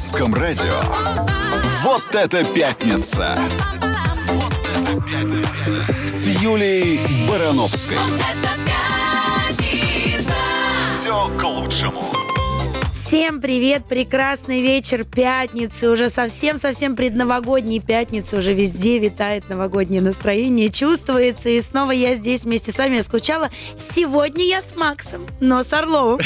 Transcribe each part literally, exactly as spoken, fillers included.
русском радио. Вот это пятница! Вот это пятница! С Юлией Барановской. Вот это пятница! Все к лучшему. Всем привет, прекрасный вечер пятницы, уже совсем-совсем предновогодней пятницы, уже везде витает новогоднее настроение, чувствуется, и снова я здесь вместе с вами, я скучала. Сегодня я с Максом, но с Орловым.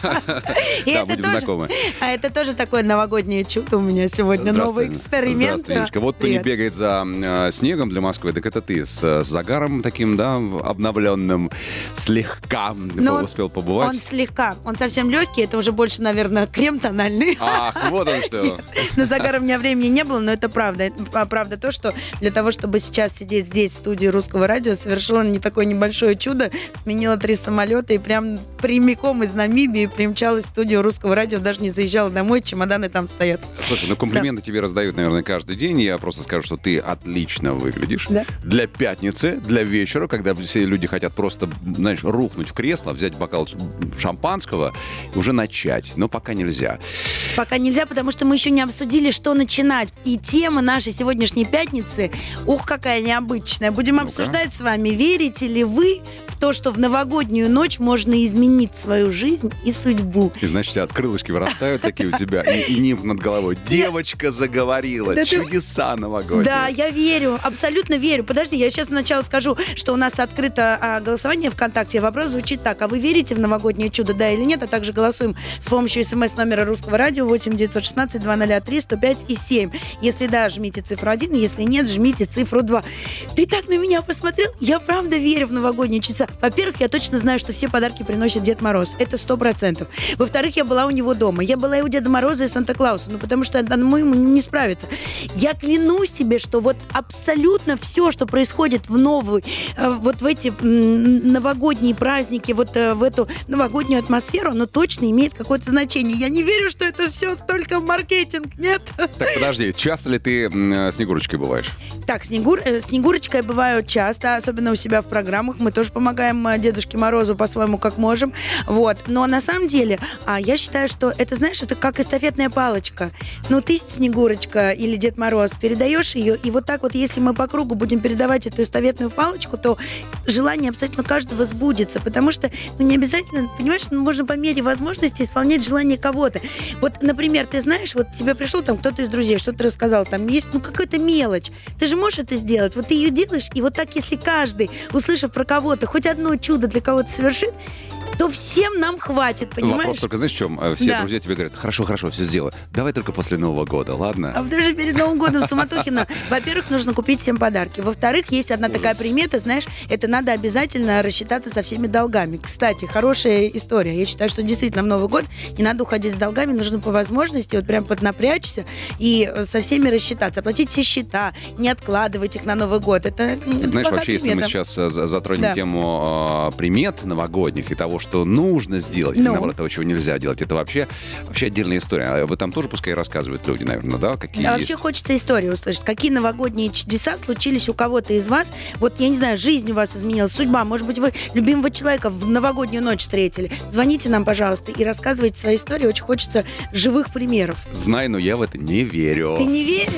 Да, будем знакомы. А это тоже такое новогоднее чудо у меня сегодня, новый эксперимент. Здравствуй, Юлечка. Вот кто не бегает за снегом для Москвы, так это ты с загаром таким, да, обновленным, слегка успел побывать. Он слегка, он совсем легкий, это уже больше, наверное, крем тональный. Ах, вот он что. Нет, на загар у меня времени не было, но это правда. Это правда то, что для того, чтобы сейчас сидеть здесь, в студии Русского радио, совершила не такое небольшое чудо. Сменила три самолета и прям прямиком из Намибии примчалась в студию Русского радио. Даже не заезжала домой, чемоданы там стоят. Слушай, ну комплименты да. тебе раздают, наверное, каждый день. Я просто скажу, что ты отлично выглядишь. Да? Для пятницы, для вечера, когда все люди хотят просто, знаешь, рухнуть в кресло, взять бокал шампанского и уже начать. Но пока нельзя. Пока нельзя, потому что мы еще не обсудили, что начинать. И тема нашей сегодняшней пятницы, ух, какая необычная. Будем Ну-ка. обсуждать с вами, верите ли вы в то, что в новогоднюю ночь можно изменить свою жизнь и судьбу. И, значит, от крылышки вырастают такие у тебя, и, и нимб над головой. Девочка заговорила, Да ты- чудеса новогодние. Да, я верю, абсолютно верю. Подожди, я сейчас сначала скажу, что у нас открыто а, голосование ВКонтакте. Вопрос звучит так. А вы верите в новогоднее чудо, да или нет? А также голосуем с помощью смс-номера Русского радио восемь девятьсот шестнадцать двести три сто пять и семь. Если да, жмите цифру один, если нет, жмите цифру два. Ты так на меня посмотрел? Я правда верю в новогодние чудеса. Во-первых, я точно знаю, что все подарки приносит Дед Мороз. Это сто процентов. Во-вторых, я была у него дома. Я была и у Деда Мороза, и Санта-Клауса. Ну, потому что одному ему не справиться. Я клянусь тебе, что вот абсолютно все, что происходит в новый, э, вот в эти м, новогодние праздники, вот э, в эту новогоднюю атмосферу, оно точно имеет какое-то значение. Я не верю, что это все только маркетинг, нет? Так, подожди, часто ли ты м, Снегурочкой бываешь? Так, Снегур, э, Снегурочкой я бываю часто, особенно у себя в программах. Мы тоже помогаем э, Дедушке Морозу по-своему, как можем. Вот. Но на самом деле, а, я считаю, что это, знаешь, это как эстафетная палочка. Ну, ты Снегурочка или Дед Мороз, передаешь ее, и вот так вот, если мы по кругу будем передавать эту эстафетную палочку, то желание абсолютно каждого сбудется. Потому что, ну, не обязательно, понимаешь, ну, можно по мере возможности исполнять желание кого-то. Вот, например, ты знаешь, вот тебе пришел там кто-то из друзей, что-то рассказал, там есть, ну, какая-то мелочь. Ты же можешь это сделать. Вот ты ее делаешь, и вот так, если каждый, услышав про кого-то, хоть одно чудо для кого-то совершит, то всем нам хватит, понимаешь? Вопрос только, знаешь, в чем? Все Да. друзья тебе говорят, хорошо, хорошо, все сделаю. Давай только после Нового года, ладно? А даже перед Новым годом суматохина. Во-первых, нужно купить всем подарки. Во-вторых, есть одна Ужас. такая примета, знаешь, это надо обязательно рассчитаться со всеми долгами. Кстати, хорошая история. Я считаю, что действительно в Новый год не надо уходить с долгами, нужно по возможности вот прям поднапрячься и со всеми рассчитаться. Оплатить все счета, не откладывать их на Новый год. Это, это Знаешь, плохая вообще, если мы примета. сейчас э, за- затронем Да. тему э, примет новогодних и того, что нужно сделать, или Ну. наоборот, того, чего нельзя делать, это вообще, вообще отдельная история. А об этом тоже пускай рассказывают люди, наверное, да? Какие А есть. вообще хочется историю услышать. Какие новогодние чудеса случились у кого-то из вас? Вот, я не знаю, жизнь у вас изменилась, судьба. Может быть, вы любимого человека в новогоднюю ночь встретили. Звоните нам, пожалуйста, и рассказывайте свои истории. Очень хочется живых примеров. Знаю, но я в это не верю. Ты не веришь?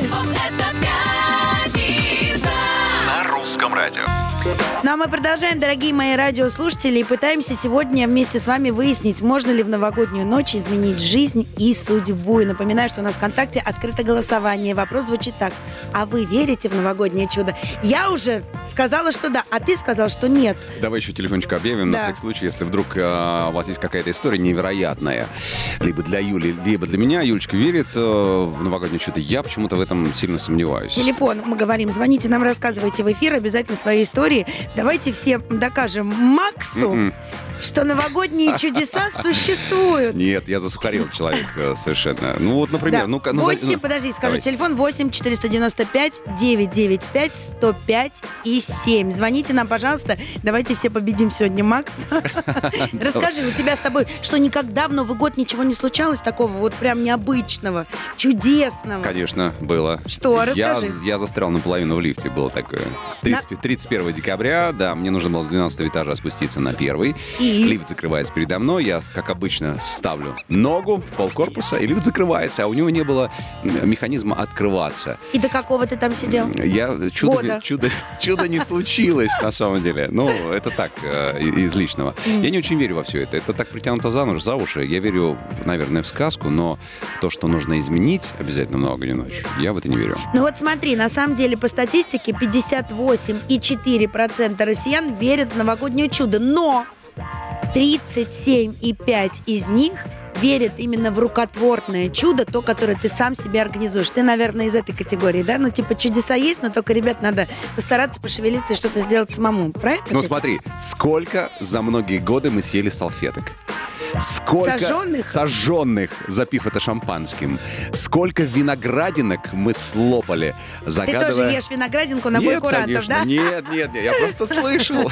Это пятница! На русском радио. Ну, а мы продолжаем, дорогие мои радиослушатели, и пытаемся сегодня вместе с вами выяснить, можно ли в новогоднюю ночь изменить жизнь и судьбу. И напоминаю, что у нас ВКонтакте открыто голосование. Вопрос звучит так. А вы верите в новогоднее чудо? Я уже сказала, что да, а ты сказал, что нет. Давай еще телефончик объявим, Да. на всякий случай, если вдруг э, у вас есть какая-то история невероятная, либо для Юли, либо для меня. Юлечка верит э, в новогоднее чудо. Я почему-то в этом сильно сомневаюсь. Телефон, мы говорим, звоните нам, рассказывайте в эфир обязательно свои истории. Давайте все докажем Максу, М-м. что новогодние чудеса существуют. Нет, я засухарил человек э, совершенно. Ну вот, например, Да. ну-ка... ну, за- восемь, ну, подожди, скажу, давай. телефон восемь четыреста девяносто пять девятьсот девяносто пять сто пять и семь. Звоните нам, пожалуйста. Давайте все победим сегодня, Макс. Расскажи, у тебя с тобой, что никогда в Новый год ничего не случалось такого вот прям необычного, чудесного? Конечно, было. Что? Я, Расскажи. я застрял наполовину в лифте, было такое. тридцать, тридцать первого декабря, да, мне нужно было с двенадцатого этажа спуститься на первый. И? Лифт закрывается передо мной, я, как обычно, ставлю ногу, полкорпуса, и лифт закрывается, а у него не было механизма открываться. И до какого ты там сидел? Я, чудо, Года. чудо, чудо не случилось, на самом деле. Ну, это так, э, из личного. Я не очень верю во все это. Это так притянуто за нож, за уши. Я верю, наверное, в сказку, но в то, что нужно изменить обязательно в новогоднюю ночь, я в это не верю. Ну вот смотри, на самом деле по статистике пятьдесят восемь и четыре десятых процента россиян верят в новогоднее чудо, но тридцать семь и пять десятых из них верят именно в рукотворное чудо, то, которое ты сам себе организуешь. Ты, наверное, из этой категории, да? Ну, типа, чудеса есть, но только, ребят, надо постараться пошевелиться и что-то сделать самому. Про это Ну ты? смотри, сколько за многие годы мы съели салфеток? Сколько Сожженных? сожженных, запив это шампанским. Сколько виноградинок мы слопали, Ты загадывая... тоже ешь виноградинку на бой Нет, курантов, конечно, да? нет, нет, нет, я просто слышал.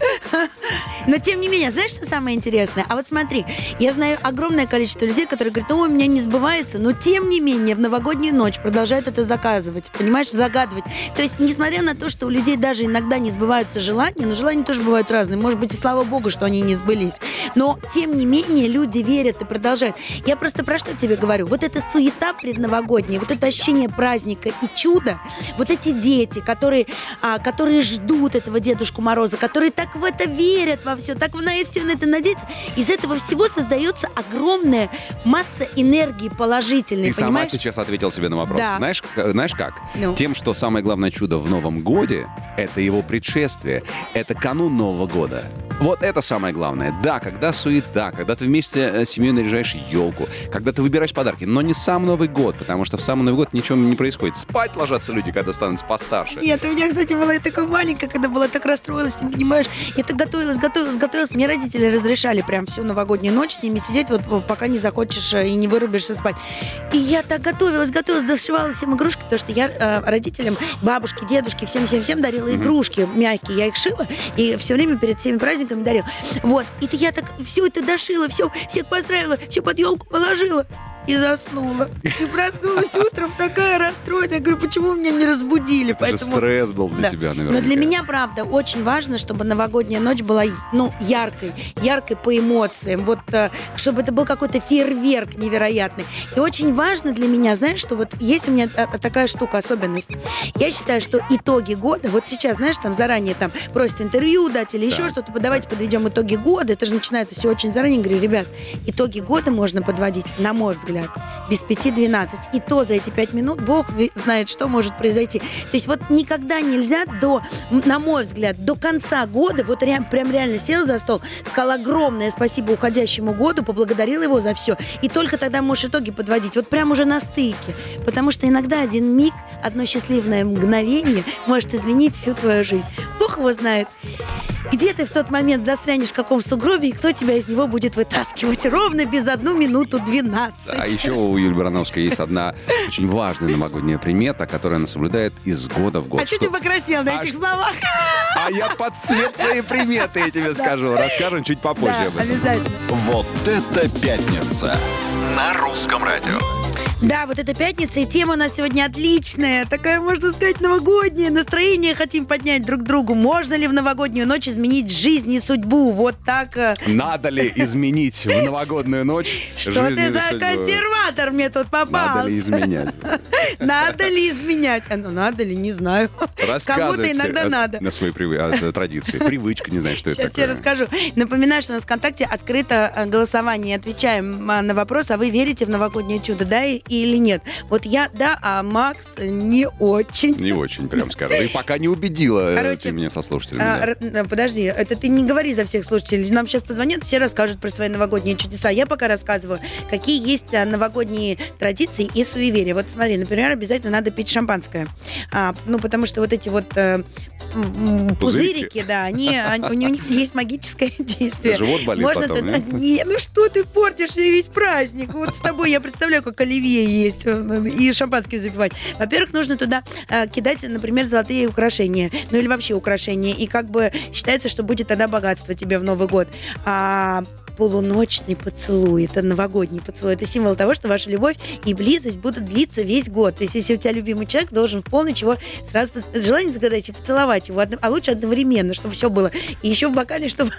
Но тем не менее, знаешь, что самое интересное? А вот смотри, я знаю огромное количество людей, которые говорят, ой, у меня не сбывается, но тем не менее в новогоднюю ночь продолжают это заказывать, понимаешь, загадывать. То есть, несмотря на то, что у людей даже иногда не сбываются желания, но желания тоже бывают разные, может быть, и слава богу, что они не сбылись, но тем не менее люди верят и продолжают. Я просто про что тебе говорю? Вот эта суета предновогодняя, вот это ощущение праздника и чуда, вот эти дети, которые, а, которые ждут этого Дедушку Мороза, которые так в это верят во все, так на все на это надеются, из этого всего создается огромная масса энергии положительной, Ты сама понимаешь? сейчас ответил себе на вопрос. Да. Знаешь, к- знаешь как? Ну. Тем, что самое главное чудо в Новом годе — это его предшествие, это канун Нового года. Вот это самое главное. Да, когда суета, когда ты вместе э, с семьей наряжаешь елку, когда ты выбираешь подарки, но не сам Новый год, потому что в сам Новый год ничего не происходит. Спать ложатся люди, когда станут постарше. Нет, у меня, кстати, была я такая маленькая, когда была так расстроилась, ты понимаешь, я так готовилась, готовилась, готовилась. Мне родители разрешали прям всю новогоднюю ночь с ними сидеть, вот вот пока не захочешь э, и не вырубишься спать. И я так готовилась, готовилась, дошивала всем игрушки, потому что я э, родителям, бабушке, дедушке, всем-всем-всем дарила игрушки мягкие. Я их шила и все время перед всеми праздниками дарила. Вот. И я так все это дошила, все, всех поздравила, все под елку положила. И заснула. И проснулась утром такая расстроенная. Я говорю, почему меня не разбудили? Это же стресс был для Да. тебя, Но наверное. для меня, правда, очень важно, чтобы новогодняя ночь была, ну, яркой, яркой по эмоциям, вот, э, чтобы это был какой-то фейерверк невероятный. И очень важно для меня, знаешь, что вот есть у меня та- такая штука, особенность. Я считаю, что итоги года, вот сейчас, знаешь, там заранее там просят интервью дать или еще Так. что-то, давайте подведем итоги года, это же начинается все очень заранее. Я говорю, ребят, итоги года можно подводить, на мой взгляд, без пяти двенадцать. И то за эти пять минут Бог ви- знает, что может произойти. То есть вот никогда нельзя до, м, на мой взгляд, до конца года, вот ре- прям реально сел за стол, сказал огромное спасибо уходящему году, поблагодарил его за все. И только тогда можешь итоги подводить. Вот прям уже на стыке. Потому что иногда один миг, одно счастливое мгновение может изменить всю твою жизнь. Бог его знает. Где ты в тот момент застрянешь в каком сугробе, и кто тебя из него будет вытаскивать ровно без одну минуту двенадцать. А еще у Юлии Барановской есть одна очень важная новогодняя примета, которая она соблюдает из года в год. А что ты покраснел на А этих что- словах? А я под цвет твоей приметы, я тебе скажу. Расскажем чуть попозже Да, об этом. обязательно. Вот это пятница на русском радио. Да, вот эта пятница, и тема у нас сегодня отличная. Такая, можно сказать, новогодняя. Настроение хотим поднять друг другу. Можно ли в новогоднюю ночь изменить жизнь и судьбу? Вот так. э, Надо ли изменить в новогодную ночь Что жизнь ты и за судьбу? консерватор мне тут попался? Надо ли изменять? Надо ли изменять? А ну надо ли, не знаю. Рассказывай Кому-то теперь иногда о- надо. На свои привы- о- традиции. Привычка, не знаю, что это Сейчас тебе такое. расскажу. Напоминаю, что у нас ВКонтакте открыто э, голосование. Отвечаем а, на вопрос, а вы верите в новогоднее чудо, да и- или нет? Вот я да, а Макс не очень. Не очень, прям скажу. Ты пока не убедила э, Короче, ты меня со слушателями. А, да. р- э, подожди, это ты не говори за всех слушателей. Нам сейчас позвонят, все расскажут про свои новогодние чудеса. Я пока рассказываю, какие есть а, новогодние традиции и суеверия. Вот смотри, например, обязательно надо пить шампанское. А, ну, потому что вот эти вот э, м, м, Пузырики. пузырики, да, они, они- у них есть магическое действие. Живот болит Можно потом, туда- нет? Не, ну что ты портишь мне весь праздник? Вот с тобой я представляю, как оливье есть э, и шампанское запивать. Во-первых, нужно туда э, кидать, например, золотые украшения. Ну или вообще украшения. И как бы считается, что будет тогда богатство тебе в Новый год. А полуночный поцелуй. Это новогодний поцелуй. Это символ того, что ваша любовь и близость будут длиться весь год. То есть, если у тебя любимый человек, должен в полночь его сразу желание загадать и поцеловать его, а лучше одновременно, чтобы все было. И еще в бокале, чтобы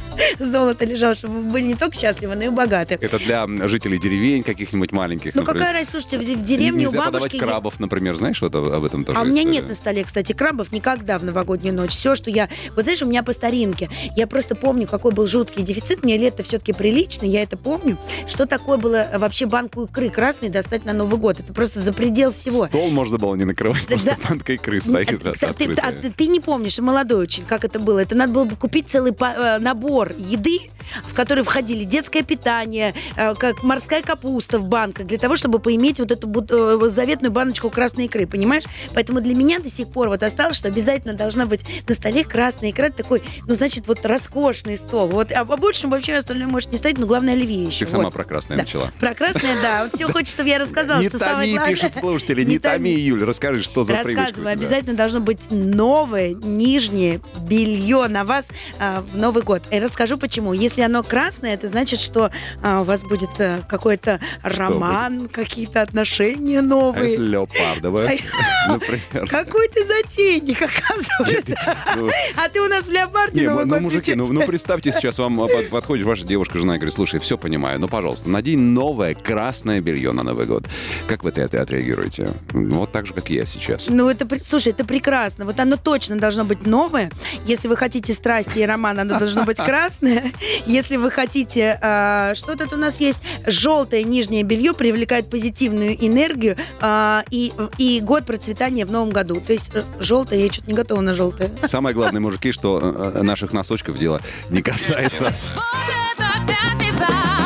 золото лежало, чтобы вы были не только счастливы, но и богаты. Это для жителей деревень каких-нибудь маленьких. Ну, например. какая разница, слушайте, в деревне Нельзя у бабушки... подавать крабов, например, знаешь, вот об этом тоже А у меня история? нет на столе, кстати, крабов никогда в новогоднюю ночь. Все, что я... Вот знаешь, у меня по старинке. Я просто помню, какой был жуткий дефицит. Мне лето все-таки прилично, я это помню. Что такое было вообще банку икры красной достать на Новый год? Это просто за предел всего. Стол можно было не накрывать, Да, просто да. банкой икры стоит Ты, ты, открытая. а ты- ты не помнишь, молодой очень, как это было. Это надо было бы купить целый па- э, набор еды, в который входили детское питание, э, как морская капуста в банках, для того, чтобы поиметь вот эту бут- э, заветную баночку красной икры, понимаешь? Поэтому для меня до сих пор вот осталось, что обязательно должна быть на столе красная икра, такой, ну, значит, вот роскошный стол. Вот, а больше вообще остальное может не стоять, но главное оливье еще. Ты сама Вот. про красное Да. начала. Про красное, да. Вот все хочет, чтобы я рассказала, Не что самое томи, главное... пишут слушатели, не томи, Юль, расскажи, что за привычка у Рассказываю, тебя. обязательно должно быть новое нижнее белье на вас а, в Новый год. И расскажу почему. Если оно красное, это значит, что а, у вас будет а, какой-то роман, какие-то отношения А новые. если леопардовое, например? Какой ты затейник, оказывается. Ну, А ты у нас в леопарде Не, Новый ну, год мужики, ну, ну представьте, сейчас вам под- подходит ваша девушка, жена и говорит: слушай, все понимаю, ну, пожалуйста, надень новое красное белье на Новый год. Как вы это отреагируете? Вот так же, как я сейчас. Ну, это, при- слушай, это прекрасно. Вот оно точно должно быть новое. Если вы хотите страсти и роман, оно должно быть красное. Если вы хотите... а, что тут у нас есть? Желтое нижнее белье привлекает позитивную энергию а, и, и год процветания в новом году. То есть э, желтое, я что-то не готова на желтое. Самое главное, мужики, что э, э, наших носочков дело не касается. Вот это пятница.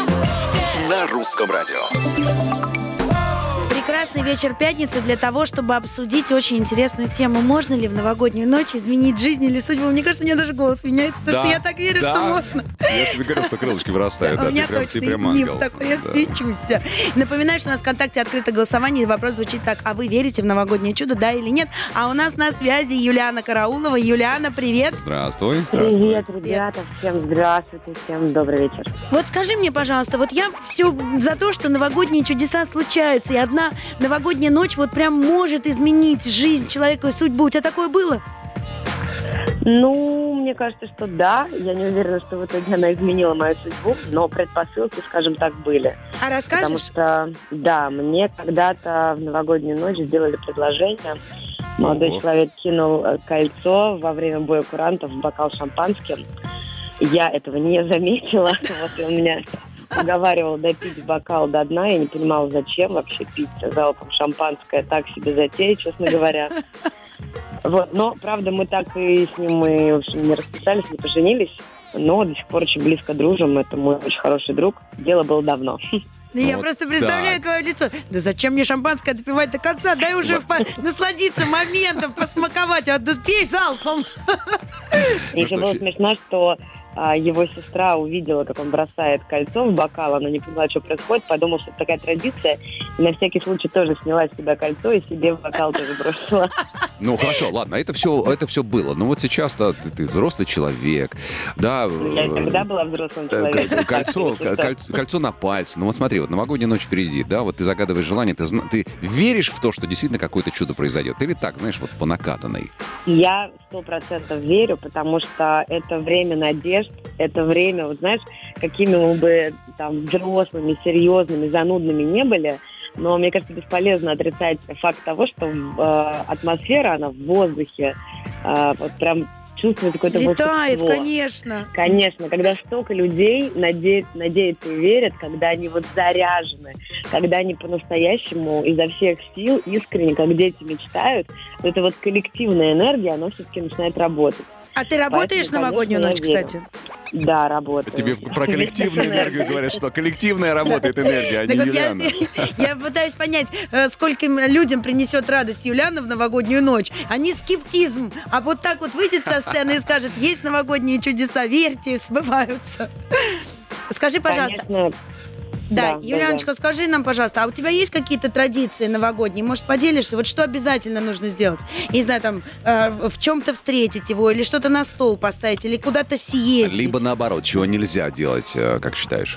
На русском радио. Прекрасный вечер пятницы для того, чтобы обсудить очень интересную тему. Можно ли в новогоднюю ночь изменить жизнь или судьбу? Мне кажется, у меня даже голос меняется, потому Да, что я так верю, да. что можно. Я тебе говорю, что крылышки вырастают. У Да, меня ты прям, точно ты прям НИФ ангел. такой, я Да. свечусь. Напоминаю, что у нас ВКонтакте открыто голосование, и вопрос звучит так: а вы верите в новогоднее чудо, да или нет? А у нас на связи Юлиана Караулова. Юлиана, привет! Здравствуй, здравствуй. Привет, ребята, всем здравствуйте, всем добрый вечер. Вот скажи мне, пожалуйста, вот я все за то, что новогодние чудеса случаются, и одна новогодняя ночь вот прям может изменить жизнь человека и судьбу. У тебя такое было? Ну, мне кажется, что да. Я не уверена, что в итоге она изменила мою судьбу, но предпосылки, скажем так, были. А Потому расскажешь? что, да, мне когда-то в новогоднюю ночь сделали предложение. Молодой Ого. человек кинул э, кольцо во время боя курантов в бокал шампанским. Я этого не заметила. Вот и он меня уговаривал допить бокал до дна. Я не понимала, зачем вообще пить залпом шампанское. Так себе затея, честно говоря. Вот, но, правда, мы так и с ним, мы, в общем, не расписались, не поженились, но до сих пор очень близко дружим. Это мой очень хороший друг. Дело было давно. Ну, я Вот просто представляю так. твое лицо. Да зачем мне шампанское допивать до конца? Дай уже Вот. по- насладиться моментом, посмаковать. А да пей залпом. Еще что, было щи- смешно, что а, его сестра увидела, как он бросает кольцо в бокал, она не поняла, что происходит, подумала, что это такая традиция, и на всякий случай тоже сняла с себя кольцо и себе в бокал тоже бросила. Ну хорошо, ладно, это все, это все было. Но вот сейчас-то ты, ты взрослый человек, да. Я э, когда была взрослым э, человеком. к- так Кольцо, себе, что- кольцо, кольцо на пальце. Ну вот смотри, вот новогодняя ночь впереди, да, вот ты загадываешь желание, ты, зна- ты веришь в то, что действительно какое-то чудо произойдет? Или так, знаешь, вот по накатанной? Я сто процентов верю, потому что это время надежд, это время, вот знаешь, какими мы бы там взрослыми, серьезными, занудными не были, но мне кажется, бесполезно отрицать факт того, что э, атмосфера, она в воздухе, э, вот прям чувствуется какое-то Летает, волшебство. конечно. Конечно, когда столько людей надеют, надеются и верят, когда они вот заряжены, когда они по-настоящему изо всех сил искренне, как дети мечтают, то эта вот коллективная энергия, она все-таки начинает работать. А ты работаешь в Поэтому, новогоднюю конечно, ночь, я верю. кстати? Да, работаю. Тебе про коллективную энергию говорят, что коллективная работает энергия, а не Так вот я, Юлиана. я пытаюсь понять, э, скольким людям принесет радость Юлиана в новогоднюю ночь. Они скептизм. А вот так вот выйдет со сцены и скажет: есть новогодние чудеса, верьте, сбываются. Скажи, пожалуйста, Конечно, Да, Да, Юлианочка, да, скажи нам, пожалуйста, а у тебя есть какие-то традиции новогодние? Может, поделишься? Вот что обязательно нужно сделать? Я не знаю, там, э, в чем-то встретить его, или что-то на стол поставить, или куда-то съездить. Либо наоборот, чего нельзя делать, э, как считаешь?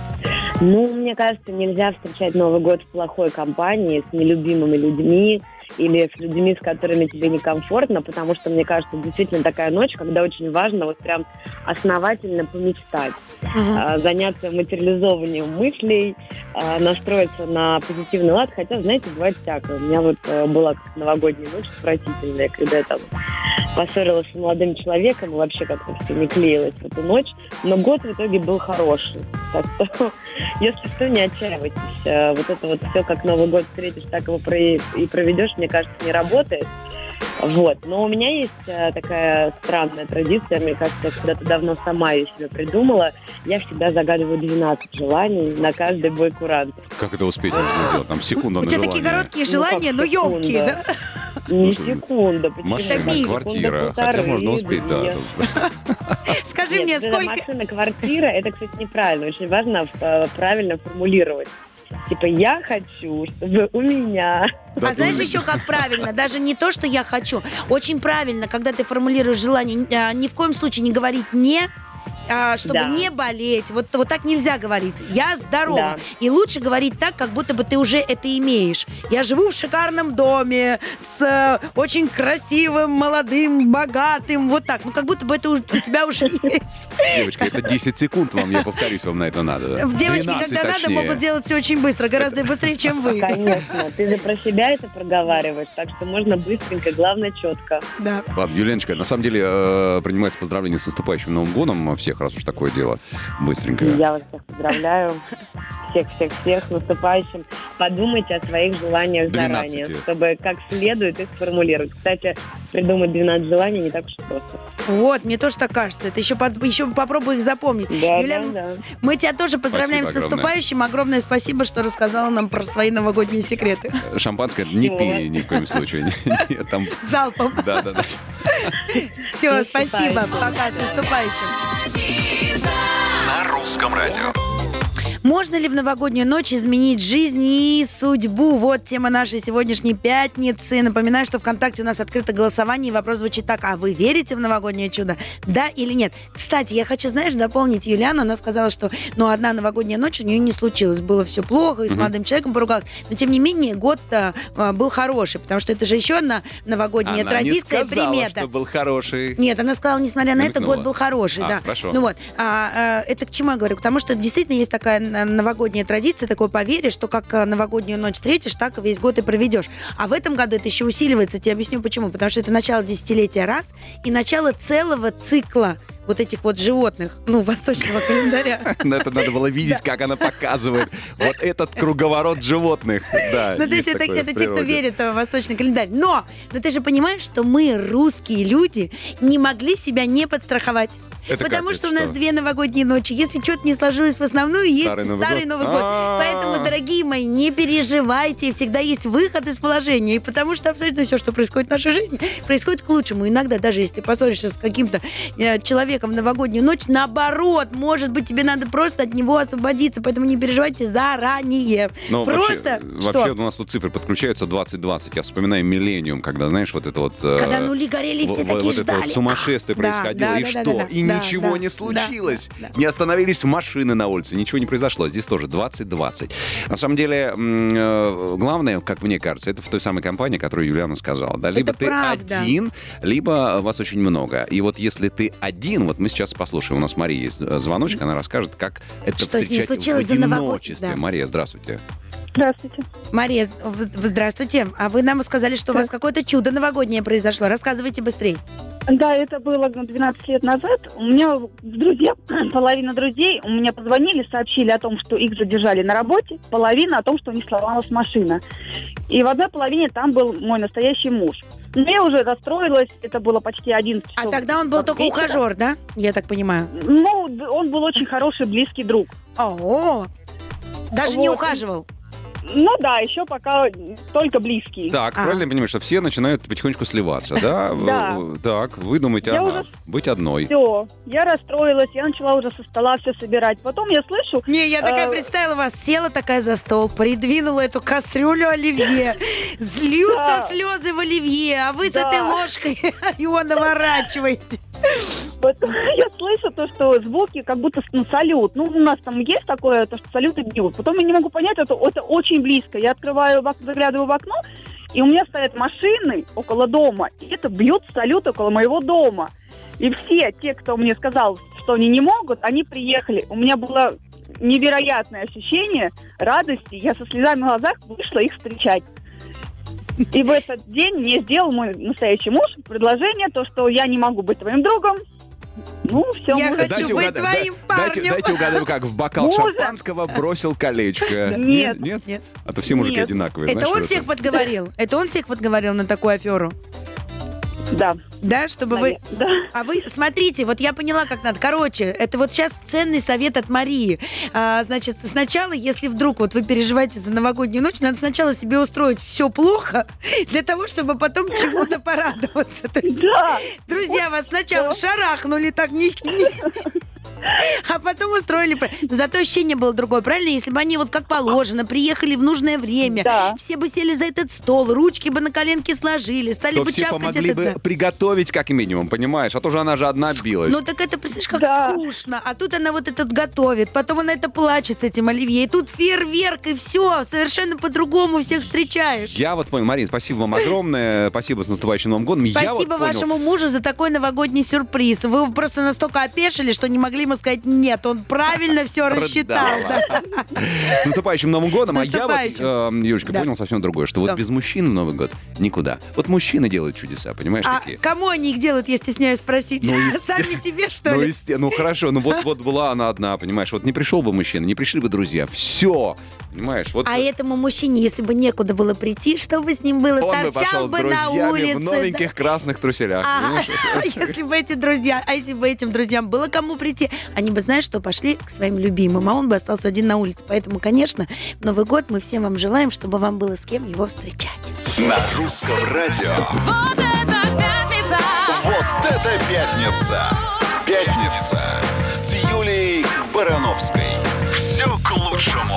Ну, мне кажется, нельзя встречать Новый год в плохой компании, с нелюбимыми людьми или с людьми, с которыми тебе некомфортно, потому что, мне кажется, действительно такая ночь, когда очень важно вот прям основательно помечтать, Мгм. а, заняться материализованием мыслей, а, настроиться на позитивный лад, хотя, знаете, бывает всякое. У меня вот э, была как новогодняя ночь отвратительная, когда я там поссорилась с молодым человеком, и вообще как-то все не клеилось в эту ночь, но год в итоге был хороший. Так что, если что, не отчаивайтесь. Э, Вот это вот все, как Новый год встретишь, так его про- и проведешь, мне кажется, не работает. Вот. Но у меня есть э, такая странная традиция, мне кажется, я когда-то давно сама ее себе придумала. Я всегда загадываю двенадцать желаний на каждый бой курантов. Как это успеть нужно сделать? Там секунда У на тебя желание. такие короткие Ну, желания, как но секунда? емкие, да? Не Слушай, секунда. почему? Машина, Такие. квартира. Секунда, Хотя полторы, можно успеть, да. две. Скажи Нет, мне, это сколько... машина, квартира, это, кстати, неправильно. Очень важно э, правильно формулировать. Типа, я хочу, чтобы у меня... А знаешь еще как правильно? Даже не то, что я хочу. Очень правильно, когда ты формулируешь желание, а, ни в коем случае не говорить «не», а, чтобы Да. не болеть. Вот, вот так нельзя говорить. Я здорова. Да. И лучше говорить так, как будто бы ты уже это имеешь. Я живу в шикарном доме с э, очень красивым, молодым, богатым. Вот так. Ну, как будто бы это уже- у тебя уже есть. Девочка, это десять секунд вам, я повторюсь, вам на это надо. Девочки, двенадцать когда надо, точнее. могут делать все очень быстро. Гораздо быстрее, чем вы. Конечно, ты же про себя это проговариваешь, так что можно быстренько, главное, четко. Да. Ладно, Юленочка, на самом деле э, принимается поздравление с наступающим Новым годом всех, раз уж такое дело, быстренько. Я вас всех поздравляю. Всех-всех-всех с наступающим. Подумайте о своих желаниях двенадцать. заранее, чтобы как следует их сформулировать. Кстати, придумать двенадцать желаний не так уж и просто. Вот, мне тоже так кажется. Это еще, под- еще попробуй их запомнить. Да, Юлиан, да, да. мы тебя тоже поздравляем Спасибо с огромное. наступающим. Огромное спасибо, что рассказала нам про свои новогодние секреты. Шампанское не Всего. пей ни в коем случае. Нет, там... Залпом. Да, да, да. Все, С спасибо. наступающим. Пока, с наступающим. На русском радио. Можно ли в новогоднюю ночь изменить жизнь и судьбу? Вот тема нашей сегодняшней пятницы. Напоминаю, что ВКонтакте у нас открыто голосование, и вопрос звучит так: а вы верите в новогоднее чудо? Да или нет? Кстати, я хочу, знаешь, дополнить Юлиану. Она сказала, что ну, одна новогодняя ночь у нее не случилась. Было все плохо, и с молодым человеком поругалась. Но, тем не менее, год-то а, был хороший, потому что это же еще одна новогодняя Она традиция, не сказала, примета. что был хороший. Нет, она сказала, несмотря на это, Намекнула. год был хороший, А, да. хорошо. Ну вот, а, а, это к чему я говорю? Потому что действительно есть такая н- новогодняя традиция, такое поверье, что как а, новогоднюю ночь встретишь, так и весь год и проведешь. А в этом году это еще усиливается. Тебе объясню почему. Потому что это начало десятилетия раз и начало целого цикла вот этих вот животных, ну, восточного календаря. Но это надо было видеть, как она показывает. Вот этот круговорот животных. Да, Ну, то есть это, такое это в те, кто природе. верит в восточный календарь. Но, но ты же понимаешь, что мы, русские люди, не могли себя не подстраховать. Это Потому как? что Это у нас что? две новогодние ночи. Если что-то не сложилось в основную, есть Старый старый, Новый Новый год? год. А-а-а. Поэтому, дорогие мои, не переживайте. Всегда есть выход из положения. И потому что абсолютно все, что происходит в нашей жизни, происходит к лучшему. Иногда, даже если ты поссоришься с каким-то э, человеком в новогоднюю ночь, наоборот, может быть, тебе надо просто от него освободиться. Поэтому не переживайте заранее. Ну, Просто вообще, что? вообще у нас тут цифры подключаются двадцать двадцать. Я вспоминаю миллениум, когда, знаешь, вот это вот... э, Когда нули горели, все в- такие вот это ждали. вот сумасшествие Да, происходило. да, И да, что? да, да, И да, ничего да, не да, случилось. да, да. Не остановились машины на улице. Ничего не произошло. Здесь тоже двадцать двадцать. На самом деле, м, э, главное, как мне кажется, это в той самой компании, которую Юлиана сказала. Да? Либо ты правда. один, либо вас очень много. И вот если ты один, вот мы сейчас послушаем. У нас Мария есть э, звоночек, она расскажет, как это Что с ней встречать случилось в за новогод- одиночестве. да. Мария, здравствуйте. Здравствуйте. Мария, в- в- здравствуйте. А вы нам сказали, что у вас какое-то чудо новогоднее произошло. Рассказывайте быстрее. Да, это было двенадцать лет назад. У меня друзья, половина друзей, у меня позвонили, сообщили о том, что их задержали на работе, половина о том, что у них сломалась машина. И в одной половине там был мой настоящий муж. Но я уже расстроилась, это было почти одиннадцать А часов. тогда он был только вечера. ухажер, да? Я так понимаю. Ну, д- он был очень хороший, близкий друг. О, даже не Вот. ухаживал. Ну да, еще пока только близкие. Так, А. правильно я понимаю, что все начинают потихоньку сливаться, да? Да. В- Так, вы думаете, Я ага, уже- быть одной. Все, я расстроилась, я начала уже со стола все собирать. Потом я слышу, Не, я такая Э, представила вас, села такая за стол, придвинула эту кастрюлю оливье, злются Да. слезы в оливье, а вы с Да. этой ложкой его наворачиваете. потом я слышу то, что звуки как будто ну, салют. Ну, у нас там есть такое, то, что салюты бьют. Потом я не могу понять, это, это очень близко. Я открываю, в ок- заглядываю в окно, и у меня стоят машины около дома, и это бьют салют около моего дома. И все те, кто мне сказал, что они не могут, они приехали. У меня было невероятное ощущение радости. Я со слезами в глазах вышла их встречать. И в этот день мне сделал мой настоящий муж предложение, то, что я не могу быть твоим другом. Ну, все. Я хочу Дайте быть угада- твоим да- дайте, парнем. дайте угадаю, как в бокал Мужа. шампанского бросил колечко. Нет. Нет? Нет. А то все мужики Нет. одинаковые. Это знаешь, он что всех подговорил? Это он всех подговорил на такую аферу? Да. Да, чтобы вы... Да. А вы, смотрите, вот я поняла, как надо. Короче, это вот сейчас ценный совет от Марии. А, значит, сначала, если вдруг вот вы переживаете за новогоднюю ночь, надо сначала себе устроить все плохо, для того, чтобы потом чему-то порадоваться. То есть, Да. друзья вас сначала шарахнули так, не, не- а потом устроили. пр- Но зато ощущение было другое, правильно? Если бы они вот как положено приехали в нужное время, Да. все бы сели за этот стол, ручки бы на коленки сложили, стали То бы все чавкать помогли этот... бы да. приготовить как минимум, понимаешь? А то же она же одна билась. Ну так это, представляешь, как Да. скучно. А тут она вот этот готовит, потом она это плачет с этим оливье. И тут фейерверк, и все, совершенно по-другому всех встречаешь. Я вот понял, Марин, спасибо вам огромное. Спасибо с наступающим Новым годом. Я вот Спасибо понял. вашему мужу за такой новогодний сюрприз. Вы просто настолько опешили, что не могли ему сказать нет. Он правильно все рассчитал. Рыдала. да. С наступающим Новым годом. С А я вот, наступающим. э, Юлечка, Да. понял совсем другое, что вот Что? без мужчин в Новый год никуда. Вот мужчины делают чудеса, понимаешь, А такие. кому они их делают, я стесняюсь спросить? Ну, есте- Сами себе, что Ну, ли? есте- ну хорошо, ну вот, вот была она одна, понимаешь, вот не пришел бы мужчина, не пришли бы друзья, все, понимаешь, вот А этому мужчине, если бы некуда было прийти, что бы с ним было? он бы Торчал пошел с бы на друзьями улице. в да. новеньких красных труселях. А, понимаешь? если бы эти друзья, а если бы этим друзьям было кому прийти, они бы, знаешь, что пошли к своим любимым, а он бы остался один на улице. Поэтому, конечно, в Новый год мы всем вам желаем, чтобы вам было с кем его встречать. На русском радио. Вот это пятница! Вот это пятница! Пятница с Юлией Барановской. Все к лучшему.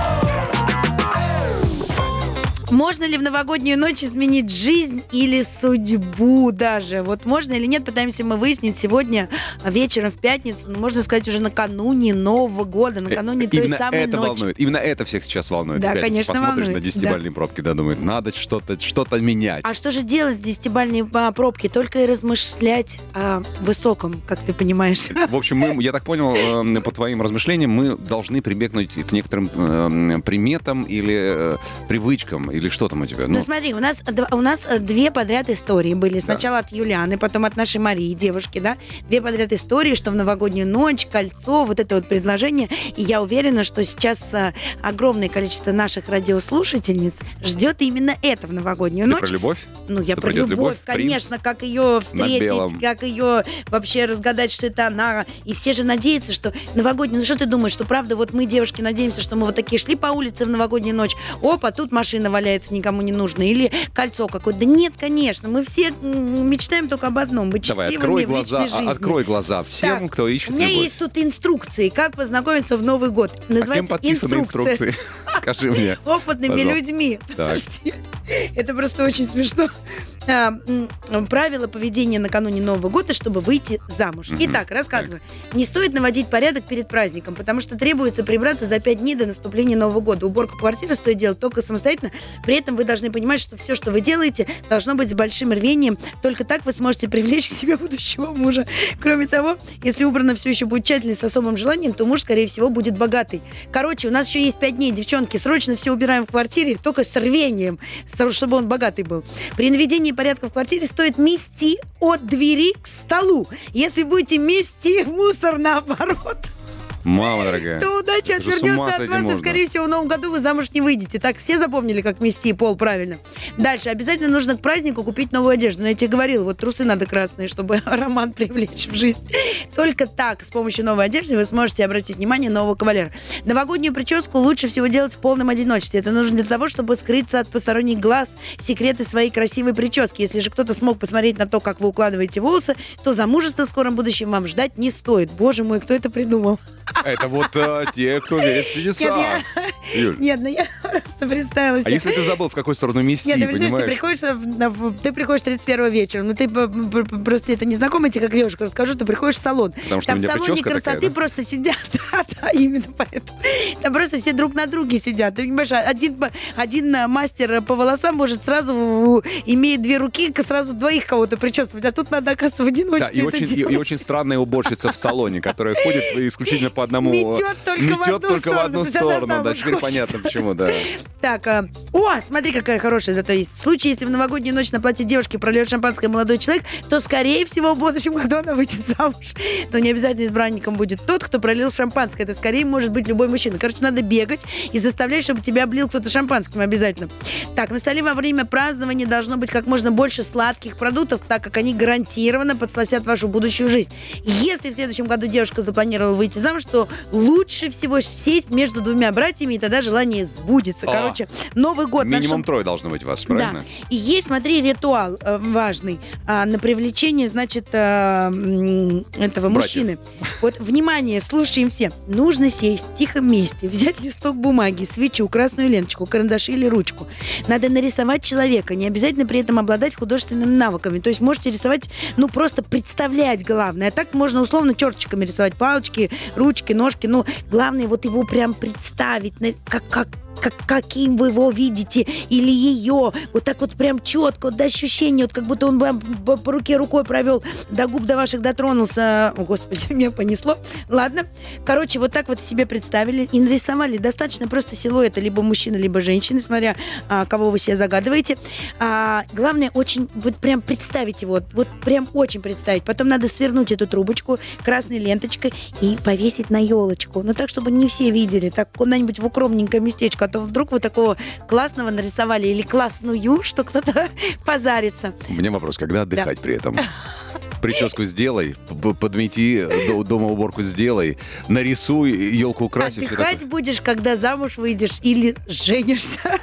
Можно ли в новогоднюю ночь изменить жизнь или судьбу даже? Вот можно или нет, пытаемся мы выяснить сегодня вечером в пятницу, ну, можно сказать, уже накануне Нового года, накануне той Именно самой это ночи. волнует. Именно это всех сейчас волнует. Да, в пятницу. конечно, Посмотришь волнует. на десятибалльные пробки, да, думает, надо что-то что-то менять. А что же делать с десятибалльные а, пробки? Только и размышлять о высоком, как ты понимаешь. В общем, мы, я так понял, э, по твоим размышлениям, мы должны прибегнуть к некоторым э, приметам или э, привычкам, или что там у тебя? Ну, смотри, у нас, д- у нас э, две подряд истории были. Сначала от Юлианы, потом от нашей Марии, девушки, да. Две подряд истории, что в новогоднюю ночь, кольцо, вот это вот предложение. И я уверена, что сейчас э, огромное количество наших радиослушательниц ждет именно это в новогоднюю Ты ночь. про любовь? Ну, я Что про придет любовь, любовь, принц конечно, как ее встретить, белом. как ее вообще разгадать, что это она. И все же надеются, что новогодняя... Ну, что ты думаешь, что правда, вот мы, девушки, надеемся, что мы вот такие шли по улице в новогоднюю ночь, опа, тут машина валяется, никому не нужно, или кольцо какое-то. Да нет, конечно, мы все м, мечтаем только об одном, быть Давай, счастливыми открой в глаза, личной а- жизни. открой глаза всем, Так, кто ищет У меня любовь. есть тут инструкции, как познакомиться в Новый год. А кем Называется подписаны инструкция. инструкции? Скажи мне. Опытными Пожалуйста. людьми. Так. Подожди. Это просто очень смешно. А, м, правила поведения накануне Нового года, чтобы выйти замуж. Мгм. Итак, рассказываю. Не стоит наводить порядок перед праздником, потому что требуется прибраться за пять дней до наступления Нового года. Уборку квартиры стоит делать только самостоятельно. При этом вы должны понимать, что все, что вы делаете, должно быть с большим рвением. Только так вы сможете привлечь к себе будущего мужа. Кроме того, если убрано все еще будет тщательно и с особым желанием, то муж, скорее всего, будет богатый. Короче, у нас еще есть пять дней, девчонки. Срочно все убираем в квартире, только с рвением, чтобы он богатый был. При наведении порядка в квартире стоит мести от двери к столу. Если будете мести мусор наоборот, Мама дорогая. То удача Это же с ума отвернется от сойти вас, и, можно. скорее всего, в новом году вы замуж не выйдете. Так все запомнили, как мести пол правильно. Дальше. Обязательно нужно к празднику купить новую одежду. Но я тебе говорила, вот трусы надо красные, чтобы роман привлечь в жизнь. Только так, с помощью новой одежды, вы сможете обратить внимание нового кавалера. Новогоднюю прическу лучше всего делать в полном одиночестве. Это нужно для того, чтобы скрыться от посторонних глаз секреты своей красивой прически. Если же кто-то смог посмотреть на то, как вы укладываете волосы, то замужество в скором будущем вам ждать не стоит. Боже мой, кто это придумал? Это вот а, те, кто верит в чудеса. Нет, я- Юль, Нет, ну я просто представила а себе. если ты забыл, в какую сторону мести, Нет, ты представляешь, ты понимаешь? приходишь, в- на- в- ты приходишь тридцать первого вечера, ну ты п- п- п- просто это незнакомая тебе, как девушка, расскажу, ты приходишь в салон. Потому что Там у в меня салоне прическа красоты такая, да? просто сидят. Да, да, именно поэтому. Там просто все друг на друге сидят. Ты понимаешь, один, по- один э, мастер по волосам может сразу, э, имея две руки, к- сразу двоих кого-то причесывать, а тут надо, оказывается, в Да, одиночестве и это очень, и, делать. и очень странная уборщица в салоне, которая ходит исключительно по одному... Метет только в метет одну только в сторону, одну пусть она сторону. Да, замуж теперь хочет. понятно, почему, да. Так, а, о, смотри, какая хорошая зато есть. В случае, если в новогоднюю ночь на платье девушки прольет шампанское молодой человек, то, скорее всего, в будущем году она выйдет замуж. Но не обязательно избранником будет тот, кто пролил шампанское. Это, скорее, может быть любой мужчина. Короче, надо бегать и заставлять, чтобы тебя облил кто-то шампанским обязательно. Так, на столе во время празднования должно быть как можно больше сладких продуктов, так как они гарантированно подсластят вашу будущую жизнь. Если в следующем году девушка запланировала выйти замуж, то лучше всего сесть между двумя братьями, и тогда желание сбудется. О, Короче, Новый год. Минимум нашим- трое должно быть вас, правильно? Да. И есть, смотри, ритуал э, важный а, на привлечение, значит, э, м, этого Братьев. мужчины. Вот, внимание, слушаем все. Нужно сесть в тихом месте, взять листок бумаги, свечу, красную ленточку, карандаш или ручку. Надо нарисовать человека, не обязательно при этом обладать художественными навыками. То есть можете рисовать, ну, просто представлять главное. А так можно условно черточками рисовать палочки, ручки, ножки. Ну, главное вот его прям представить, на- как, как как, каким вы его видите, или ее, вот так вот прям четко, вот до ощущения, вот как будто он вам по, по руке рукой провел, до губ до ваших дотронулся. О, Господи, меня понесло. Ладно. Короче, вот так вот себе представили и нарисовали. Достаточно просто силуэта либо мужчины, либо женщины, смотря а, кого вы себе загадываете. А, главное, очень вот прям представить его, вот прям очень представить. Потом надо свернуть эту трубочку красной ленточкой и повесить на елочку. Но так, чтобы не все видели, так куда-нибудь в укромненькое местечко. А то вдруг вы такого классного нарисовали или классную, что кто-то позарится. У меня вопрос, когда отдыхать при этом? Прическу сделай, п- подмети, до- дома уборку сделай, нарисуй, елку укрась. и всё Отдыхать такое. будешь, когда замуж выйдешь или женишься.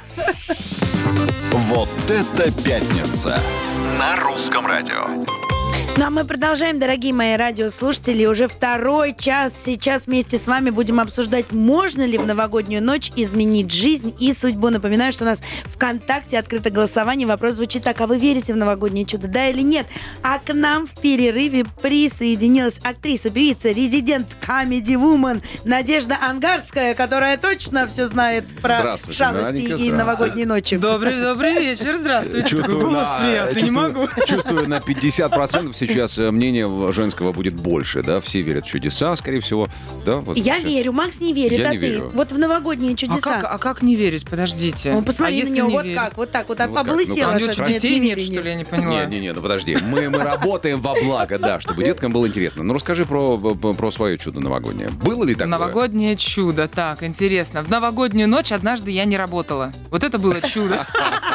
Вот это пятница на русском радио. Ну а мы продолжаем, дорогие мои радиослушатели. Уже второй час. Сейчас вместе с вами будем обсуждать, можно ли в новогоднюю ночь изменить жизнь и судьбу. Напоминаю, что у нас ВКонтакте открыто голосование. Вопрос звучит так: а вы верите в новогоднее чудо, да или нет? А к нам в перерыве присоединилась актриса, певица, резидент Comedy Woman Надежда Ангарская, которая точно все знает про Здравствуйте, шалости Наденька, и здравствуйте. новогодние ночи. Добрый, добрый вечер, здравствуйте. Такой голос на, приятный, не чувствую, могу. чувствую, на пятьдесят процентов сейчас э, мнение женского будет больше, да? Все верят в чудеса, скорее всего, да? Вот Я сейчас. верю, Макс не верит, Я а не ты? верю. Вот в новогодние А чудеса. как, а как не верить? Подождите. Ну, посмотри а на если него, не вот верить? как, вот так вот, Ну, вот как? облысела. А у него что что, нет, детей не нет, верю, что ли? Я не Не, поняла. не, не, ну подожди. Мы, мы работаем во благо, да, чтобы деткам было интересно. Ну расскажи про, про, про свое чудо новогоднее. Было ли такое? Новогоднее чудо. Так, интересно. В новогоднюю ночь однажды я не работала. Вот это было чудо.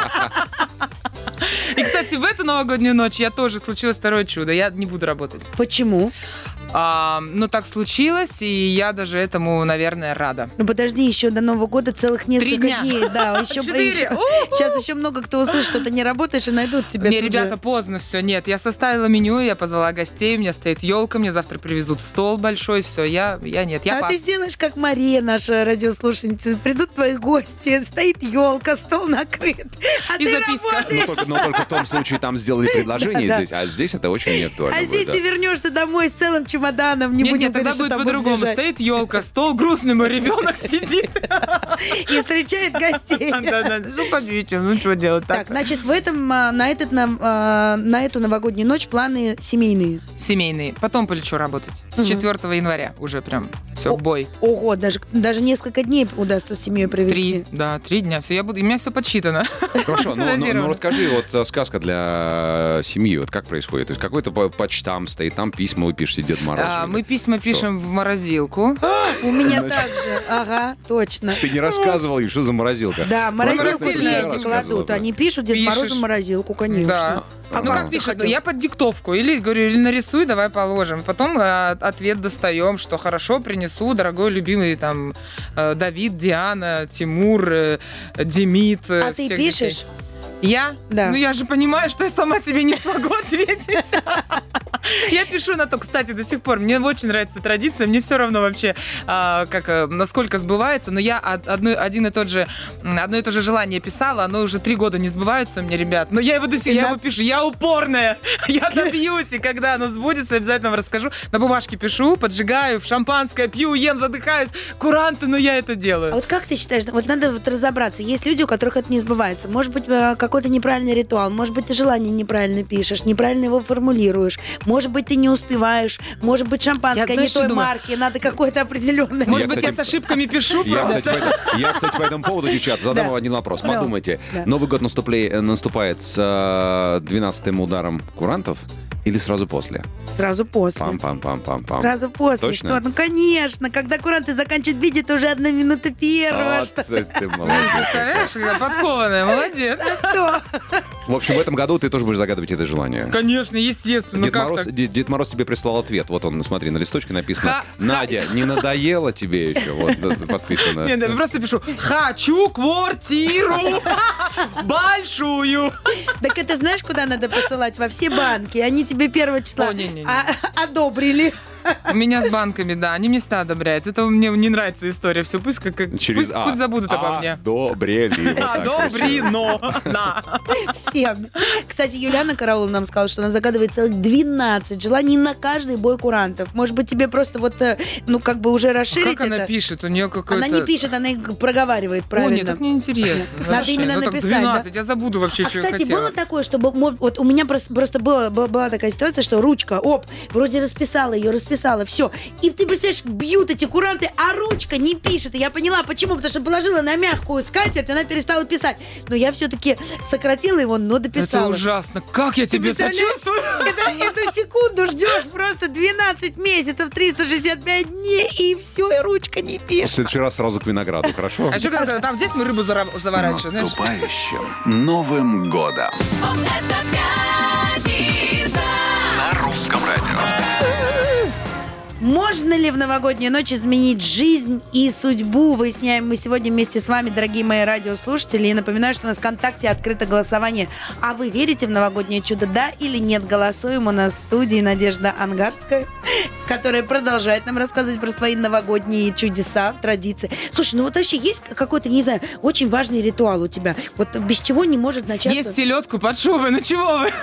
И, кстати, в эту новогоднюю ночь я тоже случилось второе чудо. Я не буду работать. Почему? А, ну, так случилось, и я даже этому, наверное, рада. Ну подожди, еще до Нового года целых несколько дня. дней. Да, еще, Четыре. еще- У-ху. сейчас еще много кто услышит, что ты не работаешь и найдут тебя. Не, тут ребята, же. поздно все. Нет, я составила меню, я позвала гостей, у меня стоит елка, мне завтра привезут стол большой, все, я, я нет, я А пас. ты сделаешь, как Мария, наша радиослушательница. Придут твои гости, стоит елка, стол накрыт. А И ты записка. работаешь. Но только, но только в том случае там сделали предложение Да, да. здесь, а здесь это очень не актуально. А будет, здесь да. ты вернешься домой с целым чемоданом. Не Нет, будем нет, тогда говорить, что будет там по-другому. лежать. Стоит елка, стол, грустный мой ребенок сидит. И встречает гостей. Да-да, заходите, ну что делать Так, значит, в этом, а, на, этот, на, а, на эту новогоднюю ночь планы семейные. Семейные. Потом полечу работать. С Мгм. четвертого января уже прям все О, в бой. Ого, даже, даже несколько дней удастся с семьей провести. Три, да, три дня. Все, я буду, у меня все подсчитано. Хорошо, но, но- но Синхронизировано. расскажи, вот э, сказка для э, семьи, вот как происходит? То есть какой-то по- почтам стоит, там письма вы пишете Деду замораживали? А, мы письма Что? пишем в морозилку. У меня Значит- так же. Ага, точно. Ты не рассказывал ей, что за морозилка? Да, морозилку Морозильник дети рассказывала, кладут. да. Они пишут Дед Пишешь. Морозу морозилку, конечно. Да. А Ну, как как ты пишет, хотел? я под диктовку. Или, говорю, или нарисуй, давай положим. Потом э, ответ достаем, что хорошо, принесу, дорогой любимый там э, Давид, Диана, Тимур, э, Демид. э, А ты всех пишешь? детей. Я? Да. Ну, я же понимаю, что я сама себе не смогу ответить. Я пишу на то, кстати, до сих пор. Мне очень нравится эта традиция. Мне все равно вообще, а, как, а, насколько сбывается. Но я од- одно, один и тот же, м, одно и то же желание писала. Оно уже три года не сбывается у меня, ребят. Но я его до сих я Да. его пишу. Я упорная. Я добьюсь. И когда оно сбудется, обязательно вам расскажу. На бумажке пишу, поджигаю, в шампанское пью, ем, задыхаюсь. Куранты, но я это А делаю. вот как ты считаешь, вот надо вот разобраться, есть люди, у которых это не сбывается. Может быть, э, какой-то неправильный ритуал, может быть, ты желание неправильно пишешь, неправильно его формулируешь, может быть, ты не успеваешь, может быть, шампанское Я, знаешь, не той что думаю? марки, надо какое-то определенное. Может Я, быть, кстати, я с ошибками пишу Я, просто? кстати, по этому, я, кстати, по этому поводу, девчат, задам Да. вам один вопрос. Да. Подумайте, Да. Новый год наступле- наступает с э, двенадцатым ударом курантов или сразу после? Сразу после. Пам-пам-пам-пам-пам. Сразу после. Точно? Что? Ну, конечно. Когда куранты заканчивают видеть, уже одна минута первого. Вот Что ты молодец. Представляешь, я подкованная, молодец. то? В общем, в этом году ты тоже будешь загадывать это желание. Конечно, естественно. Дед как Мороз, так? Дед, Дед Мороз тебе прислал ответ. Вот он, смотри, на листочке написано: Ха- Надя, не надоело тебе еще? Вот да, подписано. Нет, я просто пишу: хочу квартиру большую. Так это знаешь, куда надо посылать? Во все банки. Они тебе первого числа О, не-не-не. а- одобрили. У меня с банками, да, они мне всегда одобряют. Это мне не нравится история. Все, пусть, как, как- Через пусть, А. пусть забудут обо мне. Одобрели. Вот так Одобрено. Да. Всем. Кстати, Юлиана Караул нам сказала, что она загадывает целых двенадцать желаний на каждый бой курантов. Может быть, тебе просто вот, э, ну, как бы уже расширить Как она это? пишет? У нее какой-то... Она не пишет, она их проговаривает О, правильно. нет, так неинтересно. Надо Вообще. именно Ну, так написать, да? двенадцать, я забуду вообще, А, что я кстати, хотела. было такое, чтобы мо- вот у меня просто, просто была, была, была такая ситуация, что ручка, оп, вроде расписала ее, расписала, все. И ты представляешь, бьют эти куранты, а ручка не пишет. И я поняла, почему, потому что положила на мягкую скатерть, она перестала писать. Но я все-таки сократила его, но Это дописала. ужасно. Как я тебе представляешь? сочувствую. Это- эту секунду ждешь просто двенадцать месяцев, триста шестьдесят пять дней, и все, и ручка не В пишет. следующий раз сразу к винограду, хорошо? А что когда там здесь мы рыбу зара- С заворачиваем, знаешь? наступающим Новым годом Это пятница. на русском радио. Можно ли в новогоднюю ночь изменить жизнь и судьбу? Выясняем мы сегодня вместе с вами, дорогие мои радиослушатели. И напоминаю, что у нас в ВКонтакте открыто голосование. А вы верите в новогоднее чудо, да или нет? Голосуем. У нас в студии Надежда Ангарская, которая продолжает нам рассказывать про свои новогодние чудеса, традиции. Слушай, ну вот вообще есть какой-то, не знаю, очень важный ритуал у тебя? Вот без чего не может начаться? Есть селедку под шубой, ну чего вы?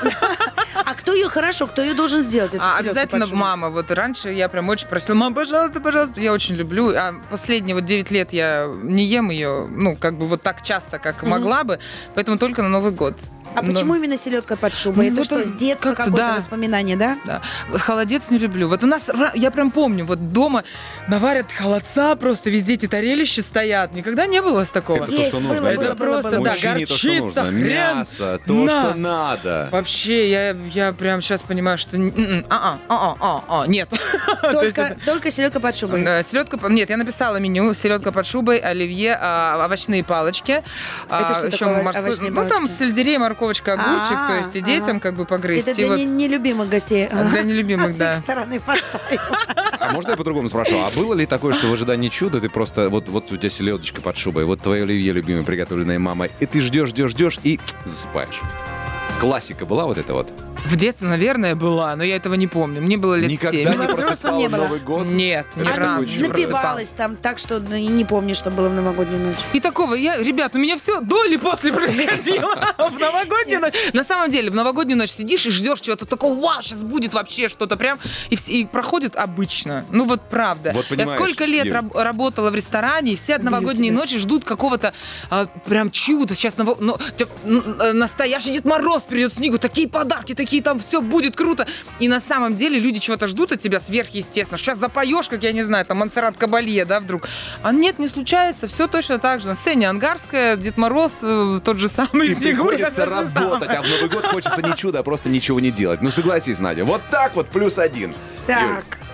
А кто ее хорошо, кто ее должен сделать? эту А, селедку обязательно под шубой? мама. Вот раньше я прям очень просила: мам, пожалуйста, пожалуйста. Я очень люблю. А последние вот девять лет я не ем ее, ну, как бы вот так часто, как могла бы. Поэтому только на Новый год. А Но- почему именно селедка под шубой? Ну, Это вот что, он с детства как-то, какое-то да. воспоминание, да? Да. Вот холодец не люблю. Вот у нас, ра- я прям помню, вот дома наварят холодца, просто везде эти тарелища стоят. Никогда не было у вас такого? Это Есть, то, что было, нужно. было, Это было, просто, было. да, Мужчине то, что горчица, нужно. хрен. Мясо, то, На. что надо. Вообще, я, я прям сейчас понимаю, что... м-м, А-а, а-а, а-а, нет. То есть Только, это- только селедка под шубой. Э, Селедка, по- нет, я написала меню: селедка под шубой, оливье, а, овощные палочки. Это что еще такое морской- овощные ну, там палочки? сельдерей, морковочка, огурчик, А, то есть и детям ага. как бы погрызть. Это и для вот не- нелюбимых гостей. для нелюбимых, С их да. стороны поставила. А можно я по-другому спрошу? А было ли такое, что в ожидании чуда ты просто... Вот, вот у тебя селедочка под шубой, вот твое оливье любимое, приготовленное мамой, и ты ждешь, ждешь, ждешь и засыпаешь. Классика была вот эта вот? В детстве, наверное, была, но я этого не помню. Мне было лет Никогда семь. не Во взрослом просыпала не было. Новый год? Нет, ни Это разу такой не чудо. просыпалась. Напивалась там так, что ну, и не помню, что было в новогоднюю ночь. И такого, я, ребят, у меня все до или после происходило в новогоднюю ночь. На самом деле, в новогоднюю ночь сидишь и ждешь чего-то такого: вау, сейчас будет вообще что-то прям. И, вс- и проходит обычно. Ну вот правда. Вот Я понимаешь, сколько лет Юль. раб- работала в ресторане, и все от новогодней тебя. ночи ждут какого-то а, прям чуда. Сейчас ново- но- те- н- э, настоящий Дед Мороз придет с снегу, такие подарки, такие там, все будет круто. И на самом деле люди чего-то ждут от тебя сверхъестественно. Сейчас запоешь, как я не знаю, там Монсеррат Кабалье, да, вдруг. А нет, не случается, все точно так же. На сцене Ангарская, Дед Мороз, э, тот же самый, И Снегурка, приходится то же самое. работать, а в Новый год хочется не чуда, а просто ничего не делать. Ну согласись, Надя, вот так вот плюс один. Юль. Так,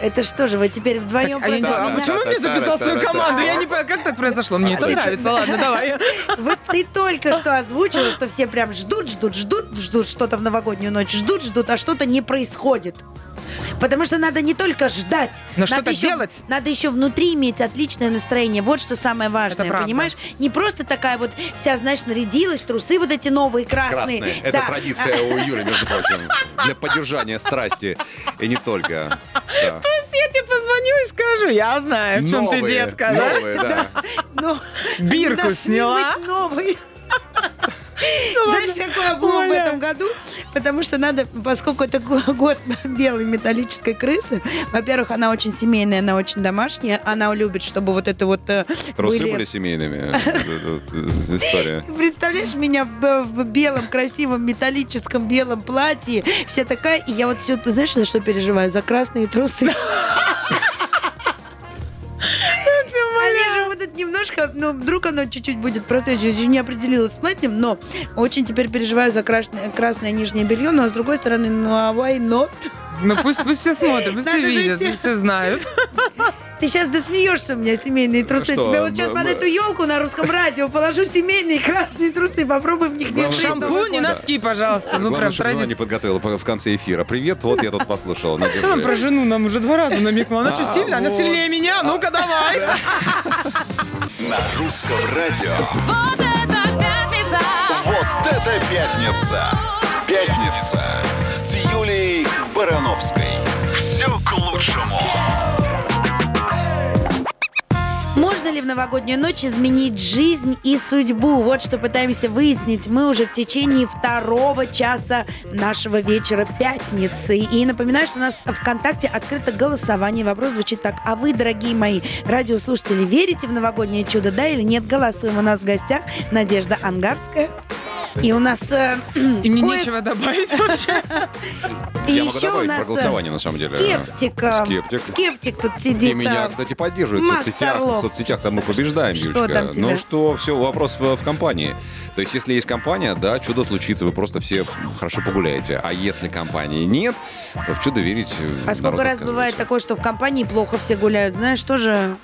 Это что же, вы теперь вдвоем А, я не- против а меня? почему мне записал свою команду? Я не понимаю, как так произошло? Мне это нравится. Ладно, давай. Вот ты только что озвучила, что все прям ждут, ждут, ждут, ждут что-то в новогоднюю ночь, ждут, ждут, а что-то не происходит. Потому что надо не только ждать, Но надо что-то еще, делать. надо еще внутри иметь отличное настроение. Вот что самое важное, правда. понимаешь? Не просто такая вот вся, знаешь, нарядилась, трусы вот эти новые, красные. Красные. Это Да. традиция у Юли, между прочим. Для поддержания страсти. И не только. Да. Я тебе позвоню и скажу, я знаю, в чем ты, Новые, детка. да? новые, да. Но Бирку должны сняла. быть новые. Знаешь, какой облом в этом году? Потому что надо, поскольку это го- год белой металлической крысы, во-первых, она очень семейная, она очень домашняя, она любит, чтобы вот это вот э, Трусы были... были семейными. э, История. Ты представляешь меня в, в белом, красивом, металлическом белом платье, вся такая, и я вот все, ты знаешь, за что переживаю? За красные трусы. Они же будут немножко, ну, вдруг оно чуть-чуть будет просвечивать, еще не определилась с платьем, но очень теперь переживаю за красное, красное нижнее белье, но с другой стороны, ну, а why not? Ну пусть, пусть все смотрят, пусть Надо все же видят, все- пусть все знают. Ты сейчас досмеешься у меня, семейные трусы. Что, Тебе вот сейчас мы- под мы- эту елку на русском радио положу семейные красные трусы, попробуй в них не Главное, сшить чтобы- Новый Шампунь и год. носки, пожалуйста. Ну Главное, прям чтобы жена не традиция. подготовила по- в конце эфира. Привет, вот я тут послушал. на, Что нам держи. про жену? Нам уже два раза намекнула. Она А, что, сильная? Она вот. сильнее меня? Ну-ка, давай. На русском радио. Вот это пятница! Вот это пятница! Пятница с Юлией Барановской. Все к лучшему. Можно ли в новогоднюю ночь изменить жизнь и судьбу? Вот что пытаемся выяснить мы уже в течение второго часа нашего вечера пятницы. И напоминаю, что у нас в ВКонтакте открыто голосование. Вопрос звучит так. А вы, дорогие мои радиослушатели, верите в новогоднее чудо, да или нет? Голосуем. У нас в гостях Надежда Ангарская. И у нас... э, И мне кое- нечего добавить вообще. И Я могу еще у добавить нас про голосование, на самом деле. Скептик. э, Скептик. Скептик тут сидит. И меня, э, кстати, поддерживают в Макс соцсетях. Орлов. В соцсетях там мы побеждаем, Что Юлечка. там тебе? Ну что, все, вопрос в, в компании. То есть, если есть компания, да, чудо случится, вы просто все хорошо погуляете. А если компании нет, то в чудо верить э, А народ сколько раз бывает отказывается. такое, что в компании плохо все гуляют? Знаешь, тоже...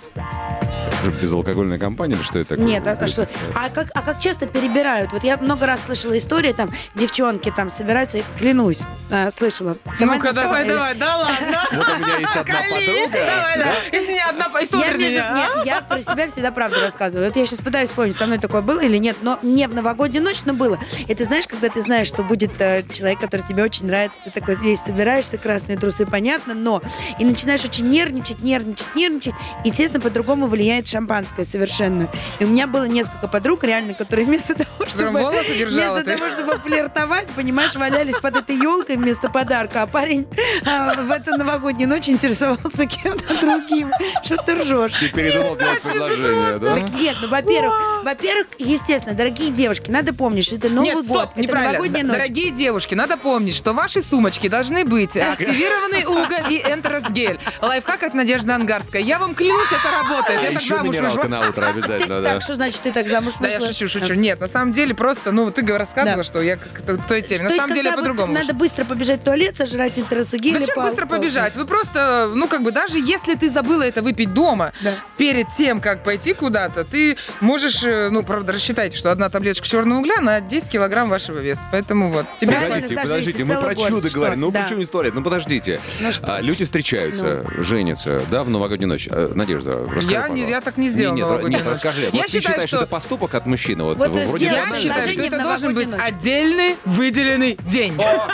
Это же безалкогольная компания или что это такое? Нет, а, а что? А как, а как часто перебирают? Вот я много раз слышала истории, там, девчонки там собираются, и клянусь, а, слышала. Сама Ну-ка, не давай, сказала, давай, да ладно. Вот у меня есть одна Колись, подруга. давай, да. Если не одна, Я, посмотри между- меня. нет, а? я про себя всегда правду рассказываю. Вот я сейчас пытаюсь вспомнить, со мной такое было или нет, но не в новогоднюю ночь, но было. И ты знаешь, когда ты знаешь, что будет э, человек, который тебе очень нравится, ты такой весь собираешься, красные трусы, понятно, но и начинаешь очень нервничать, нервничать, нервничать, и, естественно, по-другому влияет шампанское совершенно. И у меня было несколько подруг, реально, которые вместо того, чтобы, Прям волосы держала вместо ты. того, чтобы флиртовать, понимаешь, валялись под этой елкой вместо подарка, а парень а, в эту новогоднюю ночь интересовался кем-то другим. Что ты ржешь? Ты передумал делать предложение, да? Так нет, ну, во-первых, во-первых, естественно, дорогие девушки, надо помнить, что это Новый Нет, год, стоп, это неправильно. новогодняя Д- ночь. Дорогие девушки, надо помнить, что в вашей сумочке должны быть активированный уголь и энтеросгель. Лайфхак от Надежды Ангарской. Я вам клянусь, это работает. А Я так еще замуж минералка вышла. на утро Ты- обязательно, да. Так, что значит ты так замуж Да, я вышла? шучу, шучу. Нет, на самом деле просто, ну, ты говор- рассказывала, Да. что я как к той теме. То На есть, самом деле когда вот по-другому. надо быстро побежать в туалет, сожрать энтеросогель. Зачем быстро побежать? Вы просто, ну, как бы, даже если ты забыла это выпить дома, Да. перед тем, как пойти куда-то, ты можешь, э, ну, правда, рассчитайте, что одна таблеточка черного угля на десять килограмм вашего веса. Поэтому вот, тебе Правильно, хватит. Подождите, Саша, подождите, ведь мы целый про год, чудо что? говорим. Ну, Да. при чем здесь туалет? Ну, подождите. Ну что? А, люди встречаются, женятся, да, в новогоднюю ночь. А, Надежда, расскажи, Я, не, пожалуйста. я так не сделала Нет, нет, новогоднюю нет, ночь. расскажи. Я Вот ты считаю, считаешь, что... это поступок от мужчины? Вот, Вот вроде сделай Я банально. считаю, что предложение это в должен быть новогоднюю ночь. отдельный выделенный день.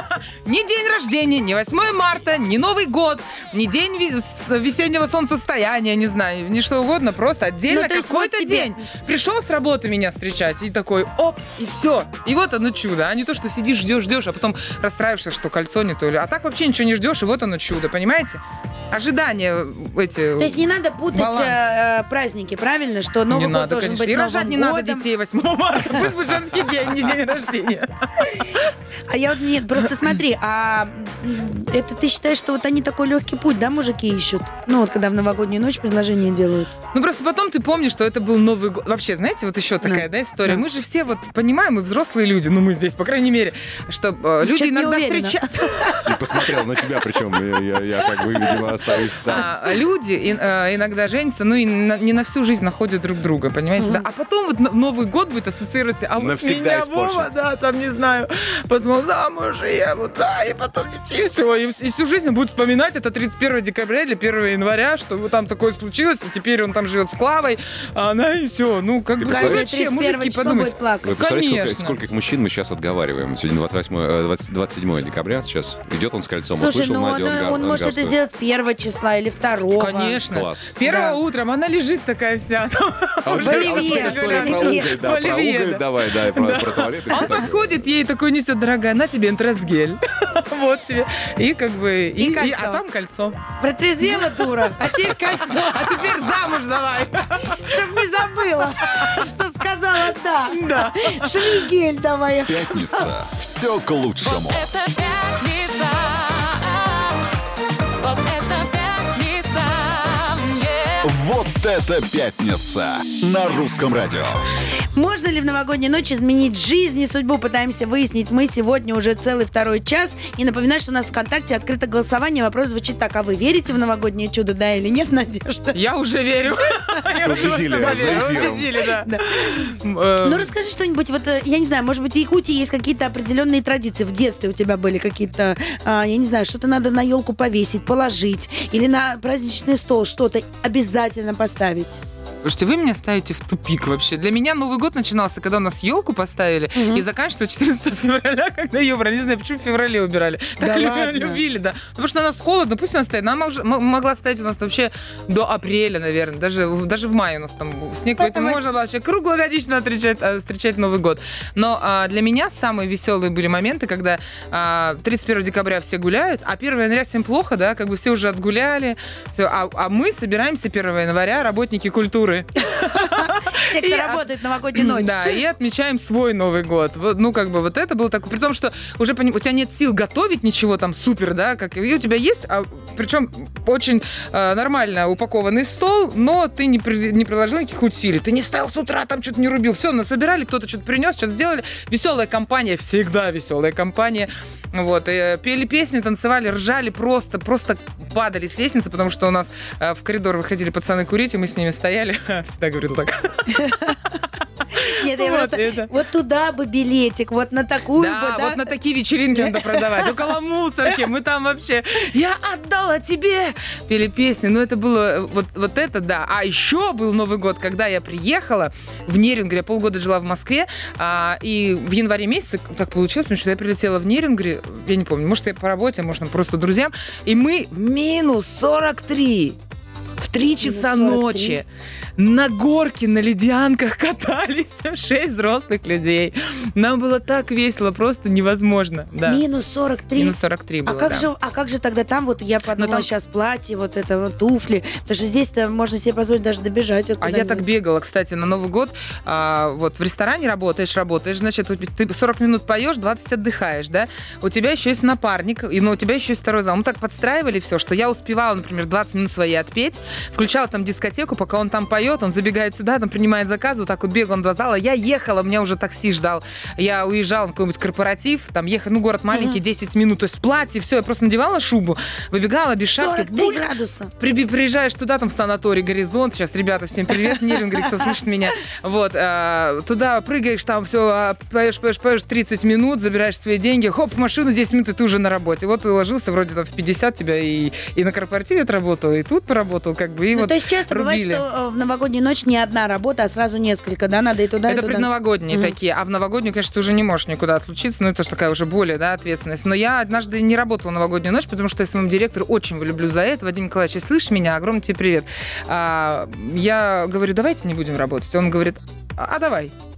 Не день рождения, не восьмое марта, не Новый год, не день ви- с- весеннего солнцестояния, не знаю, ни что угодно, просто отдельно Ну, то есть какой-то вот тебе- день. Пришел с работы меня встречать и такой, оп, и все. И вот оно чудо, а не то, что сидишь, ждешь, ждешь, а потом расстраиваешься, что кольцо не то. Или- А так вообще ничего не ждешь, и вот оно чудо, понимаете? Ожидания эти... То есть не надо путать Баланс. э, э, праздники, правильно? Что Новый не год надо, должен конечно. быть И Новым рожать не годом. надо детей восьмого марта. Пусть будет женский день, не день рождения. А я вот нет, просто смотри, а м, это ты считаешь, что вот они такой легкий путь, да, мужики ищут? Ну вот когда в новогоднюю ночь предложение делают. Ну, просто потом ты помнишь, что это был Новый год. Вообще, знаете, вот еще такая, да, история. Да. Мы же все вот понимаем, мы взрослые люди, ну, мы здесь, по крайней мере, что э, люди Чё-то не иногда уверена. встречают... И посмотрел на тебя, причем я, я- я как бы, видимо, остаюсь там. А, люди и- э, иногда женятся, ну и на- не на всю жизнь находят друг друга, понимаете, да? А потом вот на- Новый год будет ассоциироваться, а вот Навсегда меня испорчен. Вова, да, там, не знаю, посмотрел замуж, и я вот, да, и потом детей, и все, и, вс- и всю жизнь он будет вспоминать это тридцать первого декабря или первого января, что вот там такое случилось, и теперь он там живет с Клавой, а она и все, ну, как Ты бы, представляешь, зачем, тридцать первого мужики, числа подумайте. будет плакать. Вы представляете, сколько, Конечно. скольких мужчин мы сейчас отговариваем? Сегодня двадцать восьмое, э, двадцать двадцать седьмое декабря сейчас. Идет он с кольцом, Слушай, услышал ну он, Надю, гар- он может это гарствует. сделать с первого числа или второго. Конечно. Класс. Первого Да. утром она лежит такая вся. А у В тебя а у оливье, тебя история в про оливье. уголь, да, В про оливье, уголь, да. давай, да, и про, про туалет. и Он всё такое. подходит ей такой несет, дорогая, на тебе энтеросгель. Вот тебе. И как бы... И и- кольцо. А там кольцо. Протрезвела дура, а теперь кольцо. А теперь замуж давай. Чтоб не забыла, что сказала да. Да. Швигель давай, я сказала. Пятница. Все к лучшему. Это пятница. Вот это пятница. Yeah. Вот это пятница на русском радио. Можно ли в новогоднюю ночь изменить жизнь и судьбу? Пытаемся выяснить мы сегодня уже целый второй час. И напоминаю, что у нас в ВКонтакте открыто голосование. Вопрос звучит так. А вы верите в новогоднее чудо, да или нет, Надежда? Я уже верю. Я уже Убедили просто вас за поверила. эфиром. Убедили, да. Да. Э, Ну, расскажи что-нибудь. Вот, э, я не знаю, может быть, в Якутии есть какие-то определенные традиции. В детстве у тебя были какие-то, а, я не знаю, что-то надо на елку повесить, положить. Или на праздничный стол что-то обязательно поставить. Слушайте, вы меня ставите в тупик вообще. Для меня Новый год начинался, когда у нас елку поставили, Мгм. и заканчивается четырнадцатого февраля, когда ее убрали. Не знаю, почему в феврале убирали. Да Так лю- ладно? любили, да. Потому что у нас холодно, пусть она стоит. Она мож- м- могла стоять у нас вообще до апреля, наверное. Даже, в- даже в мае у нас там был снег, поэтому Потому можно было вообще круглогодично встречать, а, встречать Новый год. Но а, для меня самые веселые были моменты, когда а, тридцать первого декабря все гуляют, а первого января всем плохо, да, как бы все уже отгуляли, все, а, а мы собираемся первого января, работники культуры. Те, кто И- работает в новогоднюю ночь. Да, и отмечаем свой Новый год. Вот, ну, как бы вот это было такое. При том, что уже пони- у тебя нет сил готовить ничего там супер, да, как и у тебя есть, а, причем очень э, нормально упакованный стол, но ты не, при- не приложил никаких усилий. Ты не стоял с утра, там что-то не рубил. Все, насобирали, кто-то что-то принес, что-то сделали. Веселая компания, всегда веселая компания. Вот, и пели песни, танцевали, ржали, просто, просто падали с лестницы, потому что у нас э, в коридор выходили пацаны курить, и мы с ними стояли. Всегда говорил так. Нет, я Вот просто... это. Вот туда бы билетик, вот на такую Да, бы, да? вот на такие вечеринки надо продавать. Около мусорки. Мы там вообще... Я отдала тебе! Пели песни. Ну, это было... Вот, вот это, да. А еще был Новый год, когда я приехала в Нерюнгри. Я полгода жила в Москве. А, и в январе месяце так получилось, потому что я прилетела в Нерюнгри. Я не помню, может, я по работе, а может, там просто друзьям. И мы в минус сорок три. В три часа сорок три. ночи на горке, на ледянках катались шесть взрослых людей. Нам было так весело, просто невозможно. Да. Минус сорок три. Минус сорок три было, А как, да. же, а как же тогда там, вот я подумала, там- сейчас платье, вот это вот туфли. Даже здесь-то можно себе позволить даже добежать. А я так бегала, кстати, на Новый год. А, вот в ресторане работаешь, работаешь, значит, у- ты сорок минут поешь, двадцать отдыхаешь, да? У тебя еще есть напарник, и, ну, у тебя еще есть второй зал. Мы так подстраивали все, что я успевала, например, двадцать минут свои отпеть, включала там дискотеку, пока он там поет, он забегает сюда, там принимает заказы, вот так вот бегал на два зала. Я ехала, меня уже такси ждал. Я уезжала на какой-нибудь корпоратив, там ехала, ну, город маленький, десять минут, то есть в платье, все, я просто надевала шубу, выбегала без шапки. сорок три градуса. Приби- приезжаешь туда, там в санаторий «Горизонт». Сейчас, ребята, всем привет, Нерюнгри, кто слышит меня. Вот, а, туда прыгаешь, там все, поешь, поешь, поешь тридцать минут, забираешь свои деньги, хоп, в машину, десять минут, и ты уже на работе. Вот ты ложился, вроде там в пятьдесят тебя и, и на корпоративе отработал, и тут поработал, как бы, и Ну, вот то есть часто бывает, рубили. что э, в новогоднюю ночь не одна работа, а сразу несколько, да, надо и туда, и Это туда. предновогодние Мгм. такие. А в новогоднюю, конечно, ты уже не можешь никуда отлучиться. Ну, это же такая уже более, да, ответственность. Но я однажды не работала новогоднюю ночь, потому что я своему директору очень люблю за это. Вадим Николаевич, если слышишь меня, огромный тебе привет. А, я говорю, давайте не будем работать. Он говорит, а, а давай.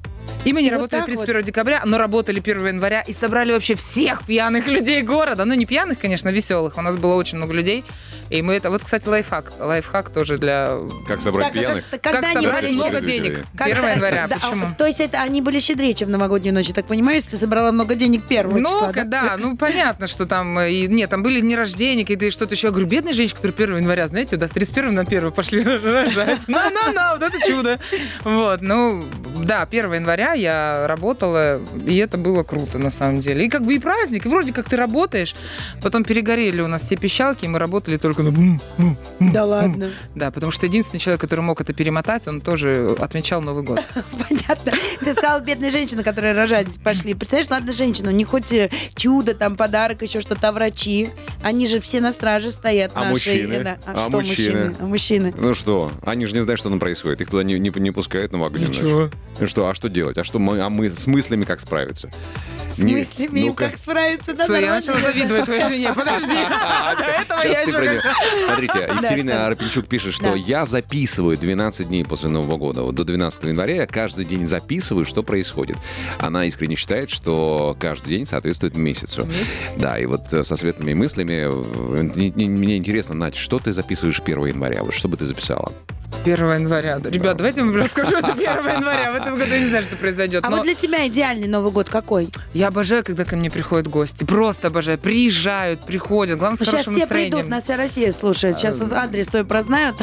И мы не И вот работали так тридцать первого декабря, но работали первого января и собрали вообще всех пьяных людей города. Ну, не пьяных, конечно, веселых. У нас было очень много людей. И мы это... Вот, кстати, лайфхак. Лайфхак тоже для... Как собрать Так, а пьяных? как- Как когда они собрать были много щедрее? денег Как- первого января. Да, Почему? То есть это они были щедрее, чем в новогоднюю ночь, я так понимаю, если ты собрала много денег первого Ну, числа, да? да, ну понятно, что там и нет, там были дни рождения, и что-то еще. Я говорю, бедные женщины, которые первого января, знаете, да, с тридцать первого на первого пошли рожать. На-на-на, вот это чудо. Вот, ну, да, первого января я работала, и это было круто, на самом деле. И как бы и праздник, и вроде как ты работаешь, потом перегорели у нас все пищалки, и мы работали только на... бум, бум, бум, Да бум. ладно. Да, потому что единственный человек, который мог это перемотать, он тоже отмечал Новый год. Понятно. Ты сказала, бедные женщины, которые рожать пошли. Представляешь, ладно, женщина, у них хоть э, чудо, там, подарок, еще что-то, а врачи. Они же все на страже стоят. А наши, мужчины? э, да. А, А что мужчины? мужчины? А мужчины? Ну что, они же не знают, что там происходит. Их туда не, не, не пускают на новогоднюю ночь. Ну что, а что делать? А что мы, а мы с мыслями как справиться? С Не- мыслями им ну-ка. как справиться? Да, Всё, я нормально. начала завидовать твоей жене, подожди. До этого я Сейчас ты еще... пройдешь. Смотрите, что? Екатерина Арпенчук пишет, что Да. я записываю двенадцать дней после Нового года. Вот до двенадцатого января я каждый день записываю, что происходит. Она искренне считает, что каждый день соответствует месяцу. Да, и вот э, со светлыми мыслями э, не- не- мне интересно, Надь, что ты записываешь первого января? Вот что бы ты записала? первого января. Ребят, давайте я вам расскажу это первого января. В этом году я не знаю, что произойдет. А но вот для тебя идеальный Новый год какой? я обожаю, когда ко мне приходят гости. Просто обожаю. Приезжают, приходят. Главное, с Сейчас хорошим все настроением. придут, нас вся Россия слушает. Сейчас вот адрес твой прознают.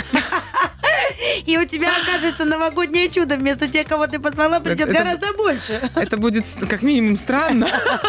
И у тебя окажется новогоднее чудо. Вместо тех, кого ты позвала, придет Это- гораздо больше. Это будет как минимум странно.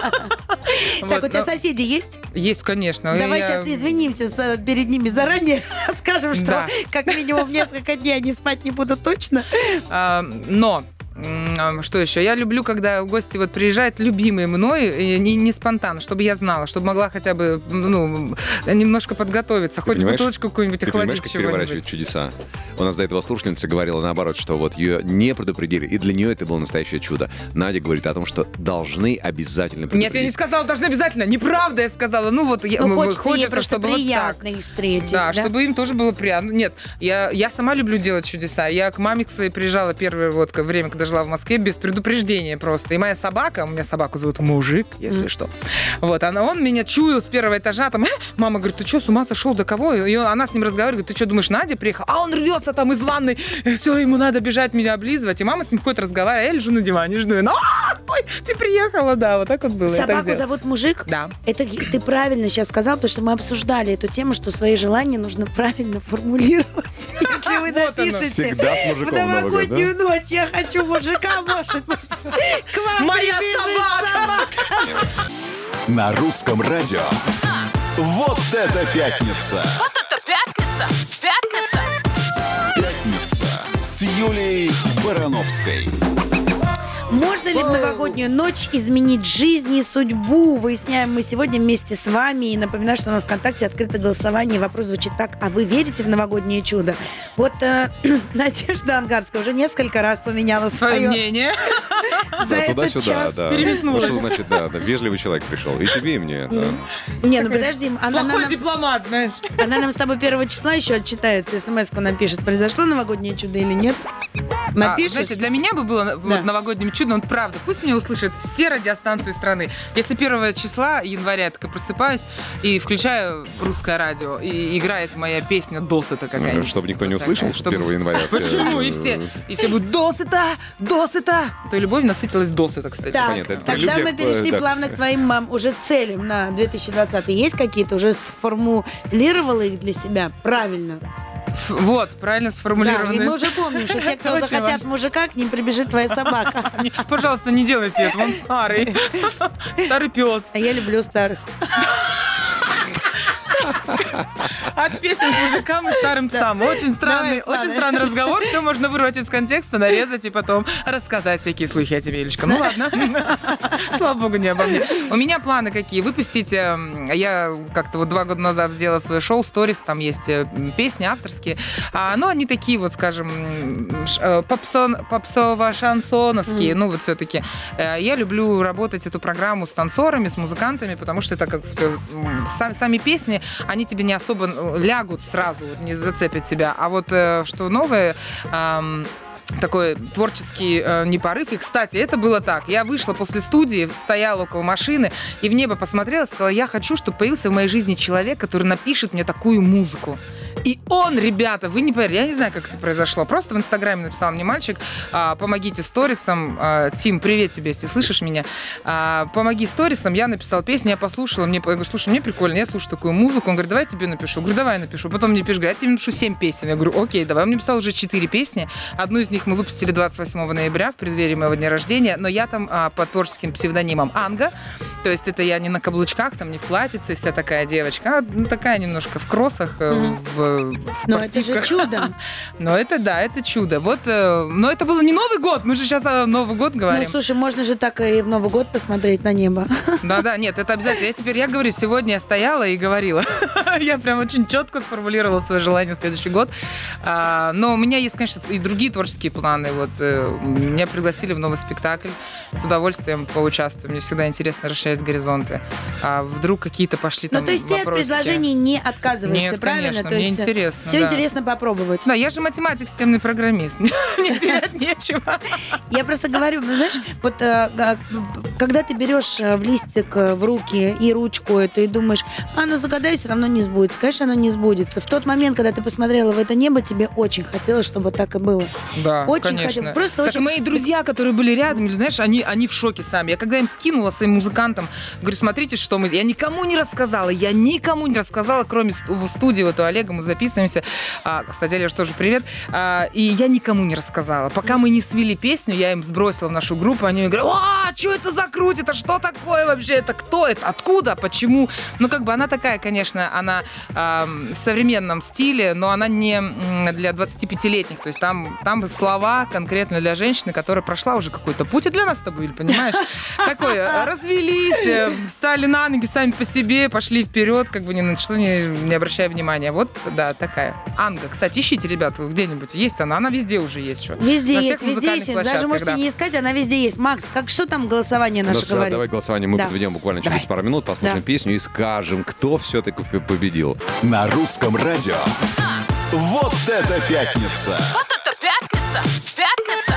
Так, Вот, у тебя но соседи есть? Есть, конечно. Давай Я- сейчас извинимся с- перед ними заранее. Скажем, что Да. как минимум несколько дней они спать не будут точно. А, Но м, что еще? Я люблю, когда гости вот приезжают, любимые мной, и не, не спонтанно, чтобы я знала, чтобы могла хотя бы ну, немножко подготовиться, хоть понимаешь- бутылочку какую-нибудь Ты понимаешь, охладить как переворачивать чего-нибудь. чудеса? У нас до этого слушательница говорила наоборот, что вот ее не предупредили, и для нее это было настоящее чудо. Надя говорит о том, что должны обязательно предупредить. Нет, я не сказала, должны обязательно. Неправда я сказала. Ну вот я- Ну, м- хочется, ей хочется, просто чтобы вот так. приятно их встретить. Да, да? чтобы им тоже было приятно. Нет, я, я сама люблю делать чудеса. Я к маме к своей приезжала первое вот ко- время, когда жила в Москве, без предупреждения просто. И моя собака, у меня собаку зовут Мужик, если что. Вот, она, он меня чуял с первого этажа. Там, «Э, мама говорит, ты что, с ума сошел? Да кого? И он- она с ним разговаривает, говорит, ты что, думаешь, Надя приехала? А он рвется там из ванной. Все, ему надо бежать, меня облизывать. И мама с ним ходит разговаривать. А я лежу на диване, жду. И она, «А, ой, ты приехала, да, вот так вот было. Я так Собаку делала. зовут Мужик? Да. Это ты правильно сейчас сказал, потому что мы обсуждали эту тему, что свои желания нужно правильно формулировать. Если вы Вот оно. напишете Всегда с в мужиком Новый год, новогоднюю ночь, я хочу мужика, может быть, к вам Моя прибежит собака! На русском радио. Вот это пятница! Вот это пятница! Пятница! Пятница с Юлией Барановской. Можно ли в новогоднюю ночь изменить жизнь и судьбу? Выясняем мы сегодня вместе с вами. И напоминаю, что у нас в ВКонтакте открыто голосование. И вопрос звучит так. А вы верите в новогоднее чудо? Вот э, Надежда Ангарская уже несколько раз поменяла Свое свое мнение. за Да, этот туда-сюда, час. да. переметнулась. Ну, что значит, да, да, вежливый человек пришел. И тебе, и мне, да. Не, ну подожди, она, она Плохой нам, дипломат, знаешь. она нам с тобой первого числа еще отчитается, смс-ку напишет, произошло новогоднее чудо или нет. Напишешь? А, знаете, для меня бы было вот, Да. новогодним чудом, вот правда, пусть меня услышат все радиостанции страны. Если первого числа января я так просыпаюсь и включаю русское радио, и играет моя песня «Досыта» какая-нибудь. Чтобы никто не Такая, услышал, что чтобы- первого января все- Почему? И все, и все будут «Досыта! Досыта!» То любовь насытилась досыта, кстати. Так, понятно, это тогда про мы любви, перешли э, да. плавно к твоим мам, уже целям на две тысячи двадцатый. Есть какие-то? Уже сформулировала их для себя правильно? С- Вот, правильно Да, сформулированные. и мы уже помним, что те, кто Очень захотят важно. мужика, к ним прибежит твоя собака. Не, Пожалуйста, не делайте это, он старый. Старый пес. А я люблю старых. От песен к мужикам и старым псам. Очень странный, Давай, ладно. очень странный разговор. Все можно вырвать из контекста, нарезать и потом рассказать всякие слухи о тебе, Юлечка. Ну ладно. Слава богу, не обо мне. У меня планы какие? Выпустить... э, Я как-то вот два года назад сделала свое шоу «Сторис». Там есть э, песни авторские. А, ну, они такие вот, скажем, м, ш- э, попсон, попсово-шансоновские. Ну, вот все-таки. Э, Я люблю работать эту программу с танцорами, с музыкантами, потому что это как всё, м, сами, сами песни, они тебе не особо э, лягут сразу, вот, не зацепят тебя. А вот э, что новое... ам, такой творческий э, непорыв. И, кстати, это было так. Я вышла после студии, стояла около машины и в небо посмотрела, сказала, я хочу, чтобы появился в моей жизни человек, который напишет мне такую музыку. И он, ребята, вы не поверите, я не знаю, как это произошло. Просто в Инстаграме написал мне мальчик, а, помогите сторисам. А, Тим, привет тебе, если слышишь меня. А, помоги сторисам. Я написала песню, я послушала. Мне, я говорю, слушай, мне прикольно, я слушаю такую музыку. Он говорит, давай я тебе напишу. Я говорю, давай я напишу. Потом мне пишет, говорит, я тебе напишу семь песен. Я говорю, окей, давай. Он мне написал уже четыре песни. Одну из них мы выпустили двадцать восьмого ноября в преддверии моего дня рождения. Но я там а, под творческим псевдонимом Анга. То есть это я не на каблучках, там не в платьице, вся такая девочка, а ну, такая немножко в кроссах, mm-hmm. в Но это же чудо. Но это, да, это чудо. Вот, но это было не Новый год, мы же сейчас о Новый год говорим. Ну, слушай, можно же так и в Новый год посмотреть на небо. Да-да, нет, это обязательно. Я теперь, я говорю, сегодня я стояла и говорила. Я прям очень четко сформулировала свое желание в следующий год. А, но у меня есть, конечно, и другие творческие планы. Вот, меня пригласили в новый спектакль. С удовольствием поучаствую. Мне всегда интересно расширять горизонты. А вдруг какие-то пошли там Ну, то есть вопросики. ты от предложений не отказываешься, Нет, правильно? конечно, то мне есть интересно. Все да. интересно попробовать. Да, я же математик, системный программист. Мне терять нечего. Я просто говорю, ну, знаешь, вот э, когда ты берешь в листик в руки и ручку эту и думаешь, а, ну загадай, все равно не сбудется. Конечно, оно не сбудется. В тот момент, когда ты посмотрела в это небо, тебе очень хотелось, чтобы так и было. Да, очень конечно. хотелось. Просто так очень... мои друзья, которые были рядом, знаешь, они, они в шоке сами. Я когда им скинула своим музыкантам, говорю, смотрите, что мы... Я никому не рассказала, я никому не рассказала, кроме в студии, вот у Олега мы записываемся. А, кстати, Олеж, тоже привет. А, и я никому не рассказала. Пока мы не свели песню, я им сбросила в нашу группу, они мне говорят, а, что это за круть, это что такое вообще, это кто, это откуда, почему? Ну, как бы она такая, конечно, она а, в современном стиле, но она не для двадцатипятилетних, то есть там, там слова конкретно для женщины, которая прошла уже какой-то путь, и для нас с тобой, понимаешь? Такое, развелись, встали на ноги сами по себе, пошли вперед, как бы ни на что не, не обращая внимания. Вот, да, такая. Анга, кстати, ищите, ребят, где-нибудь. Есть она, она везде уже есть. Что? Везде на есть, везде есть. Даже можете да. не искать, она везде есть. Макс, как что там голосование наше Ну, говорит? Давай голосование мы да. подведем буквально давай. через пару минут, послушаем да. песню и скажем, кто все-таки победил. На русском радио. Вот это пятница! Вот это пятница! Пятница!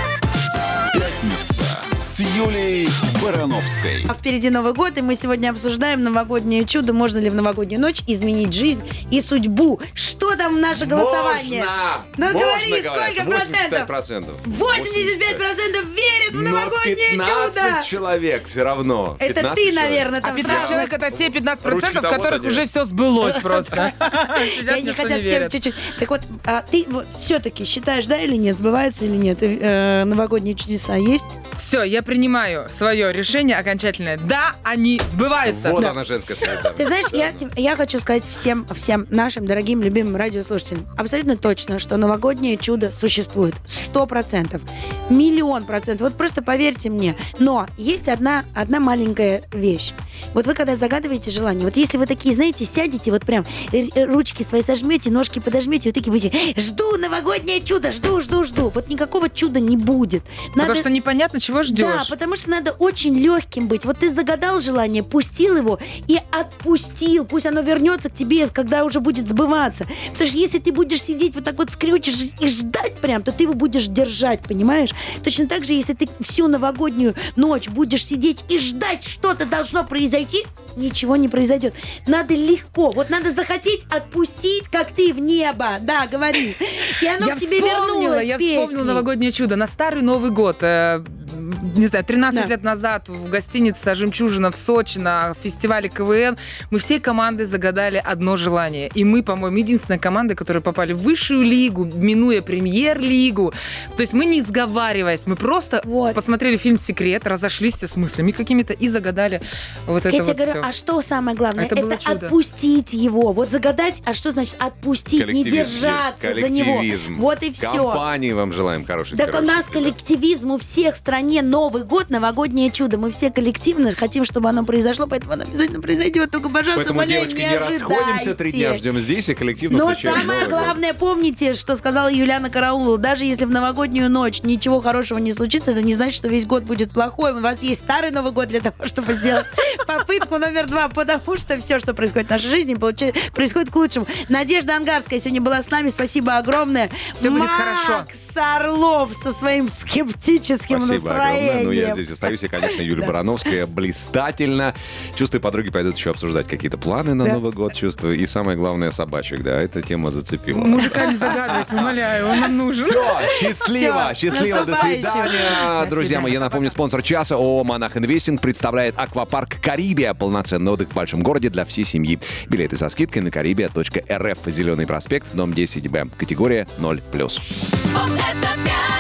Пятница с Юлией Барановской. А впереди Новый год, и мы сегодня обсуждаем новогоднее чудо. Можно ли в новогоднюю ночь изменить жизнь и судьбу? Что там наше голосование? Можно! Ну, Можно, говори, говорят, сколько восемьдесят пять процентов? процентов. восемьдесят пять процентов верит в новогоднее пятнадцать чудо! человек все равно. Это пятнадцать ты, человек. наверное, А там пятнадцать сразу- человек это те пятнадцать процентов, Ручки-то которых вот они. уже все сбылось просто. И они хотят всем чуть-чуть. Так вот, а ты вот все-таки считаешь, да или нет, сбывается или нет? Э, новогодние чудеса есть? Все, я принимаю свое решение окончательное. Да, они сбываются. Вот Да. она, женская солидарность. Ты знаешь, я, тебе- я хочу сказать всем, всем нашим дорогим, любимым радиослушателям абсолютно точно, что новогоднее чудо существует. Сто процентов. Миллион процентов. Вот просто поверьте мне. Но есть одна, одна маленькая вещь. Вот вы когда загадываете желание, вот если вы такие, знаете, сядете, вот прям э, ручки свои сожмете, ножки подожмете, вот такие будете, жду новогоднее чудо, жду, жду, жду. Вот никакого чуда не будет. Потому что непонятно, чего Да, ждешь. потому что надо очень легким быть. Вот ты загадал желание, пустил его и отпустил. Пусть оно вернется к тебе, когда уже будет сбываться. Потому что если ты будешь сидеть вот так вот скрючишь и ждать прям, то ты его будешь держать, понимаешь? Точно так же, если ты всю новогоднюю ночь будешь сидеть и ждать, что-то должно произойти, ничего не произойдет. Надо легко. Вот надо захотеть отпустить, как ты в небо. Да, говори. И оно Я к тебе вспомнила, вернулось. я песней. вспомнила новогоднее чудо. На старый Новый год, э, не знаю, тринадцать Да. лет назад в гостинице «Жемчужина» в Сочи на фестивале КВН мы всей командой загадали одно желание. И мы, по-моему, единственная команда, которая попали в высшую лигу, минуя премьер-лигу. То есть мы, не сговариваясь, мы просто Вот. посмотрели фильм «Секрет», разошлись с мыслями какими-то и загадали вот это Я тебе вот говорю, все. а что самое главное? Это было чудо. отпустить его. Вот загадать, а что значит отпустить? Не Коллективизм, держаться за него. коллективизм. Вот и все. Компании вам желаем хороших. Так у нас коллективизм у всех в стране Новый год, новогоднее чудо. Мы все коллективно хотим, чтобы оно произошло, поэтому оно обязательно произойдет. Только, пожалуйста, Поэтому, умоляю, девочки, не не расходимся, три дня ожидайте. ждем здесь и коллективно Но встречаем самое Новый год. главное, помните, что сказала Юлиана Караулова. Даже если в новогоднюю ночь ничего хорошего не случится, это не значит, что весь год будет плохой. У вас есть старый Новый год для того, чтобы сделать попытку номер два, потому что все, что происходит в нашей жизни, получи- происходит к лучшему. Надежда Ангарская сегодня была с нами. Спасибо огромное. Всё будет Макс хорошо. Орлов со своим скептическим Спасибо настроением. огромное. Ну, я здесь остаюсь. И, конечно, Юлия Барановская блистательно. Чувствую, подруги пойдут еще обсуждать какие-то планы на Да. Новый год. Чувствую. И самое главное, собачек. Да, эта тема зацепила. Мужика не загадывайте, умоляю, он нам нужен. Все, счастливо, Всё, счастливо, до наступающим. свидания. До Друзья мои, я свидания. напомню, спонсор часа ООО «Монах Инвестинг» представляет аквапарк «Карибия». Полноценный отдых в большом городе для всей семьи. Билеты со скидкой на карибия точка эр эф. Зеленый проспект, дом десять Б. Категория ноль плюс. Вот это пятница.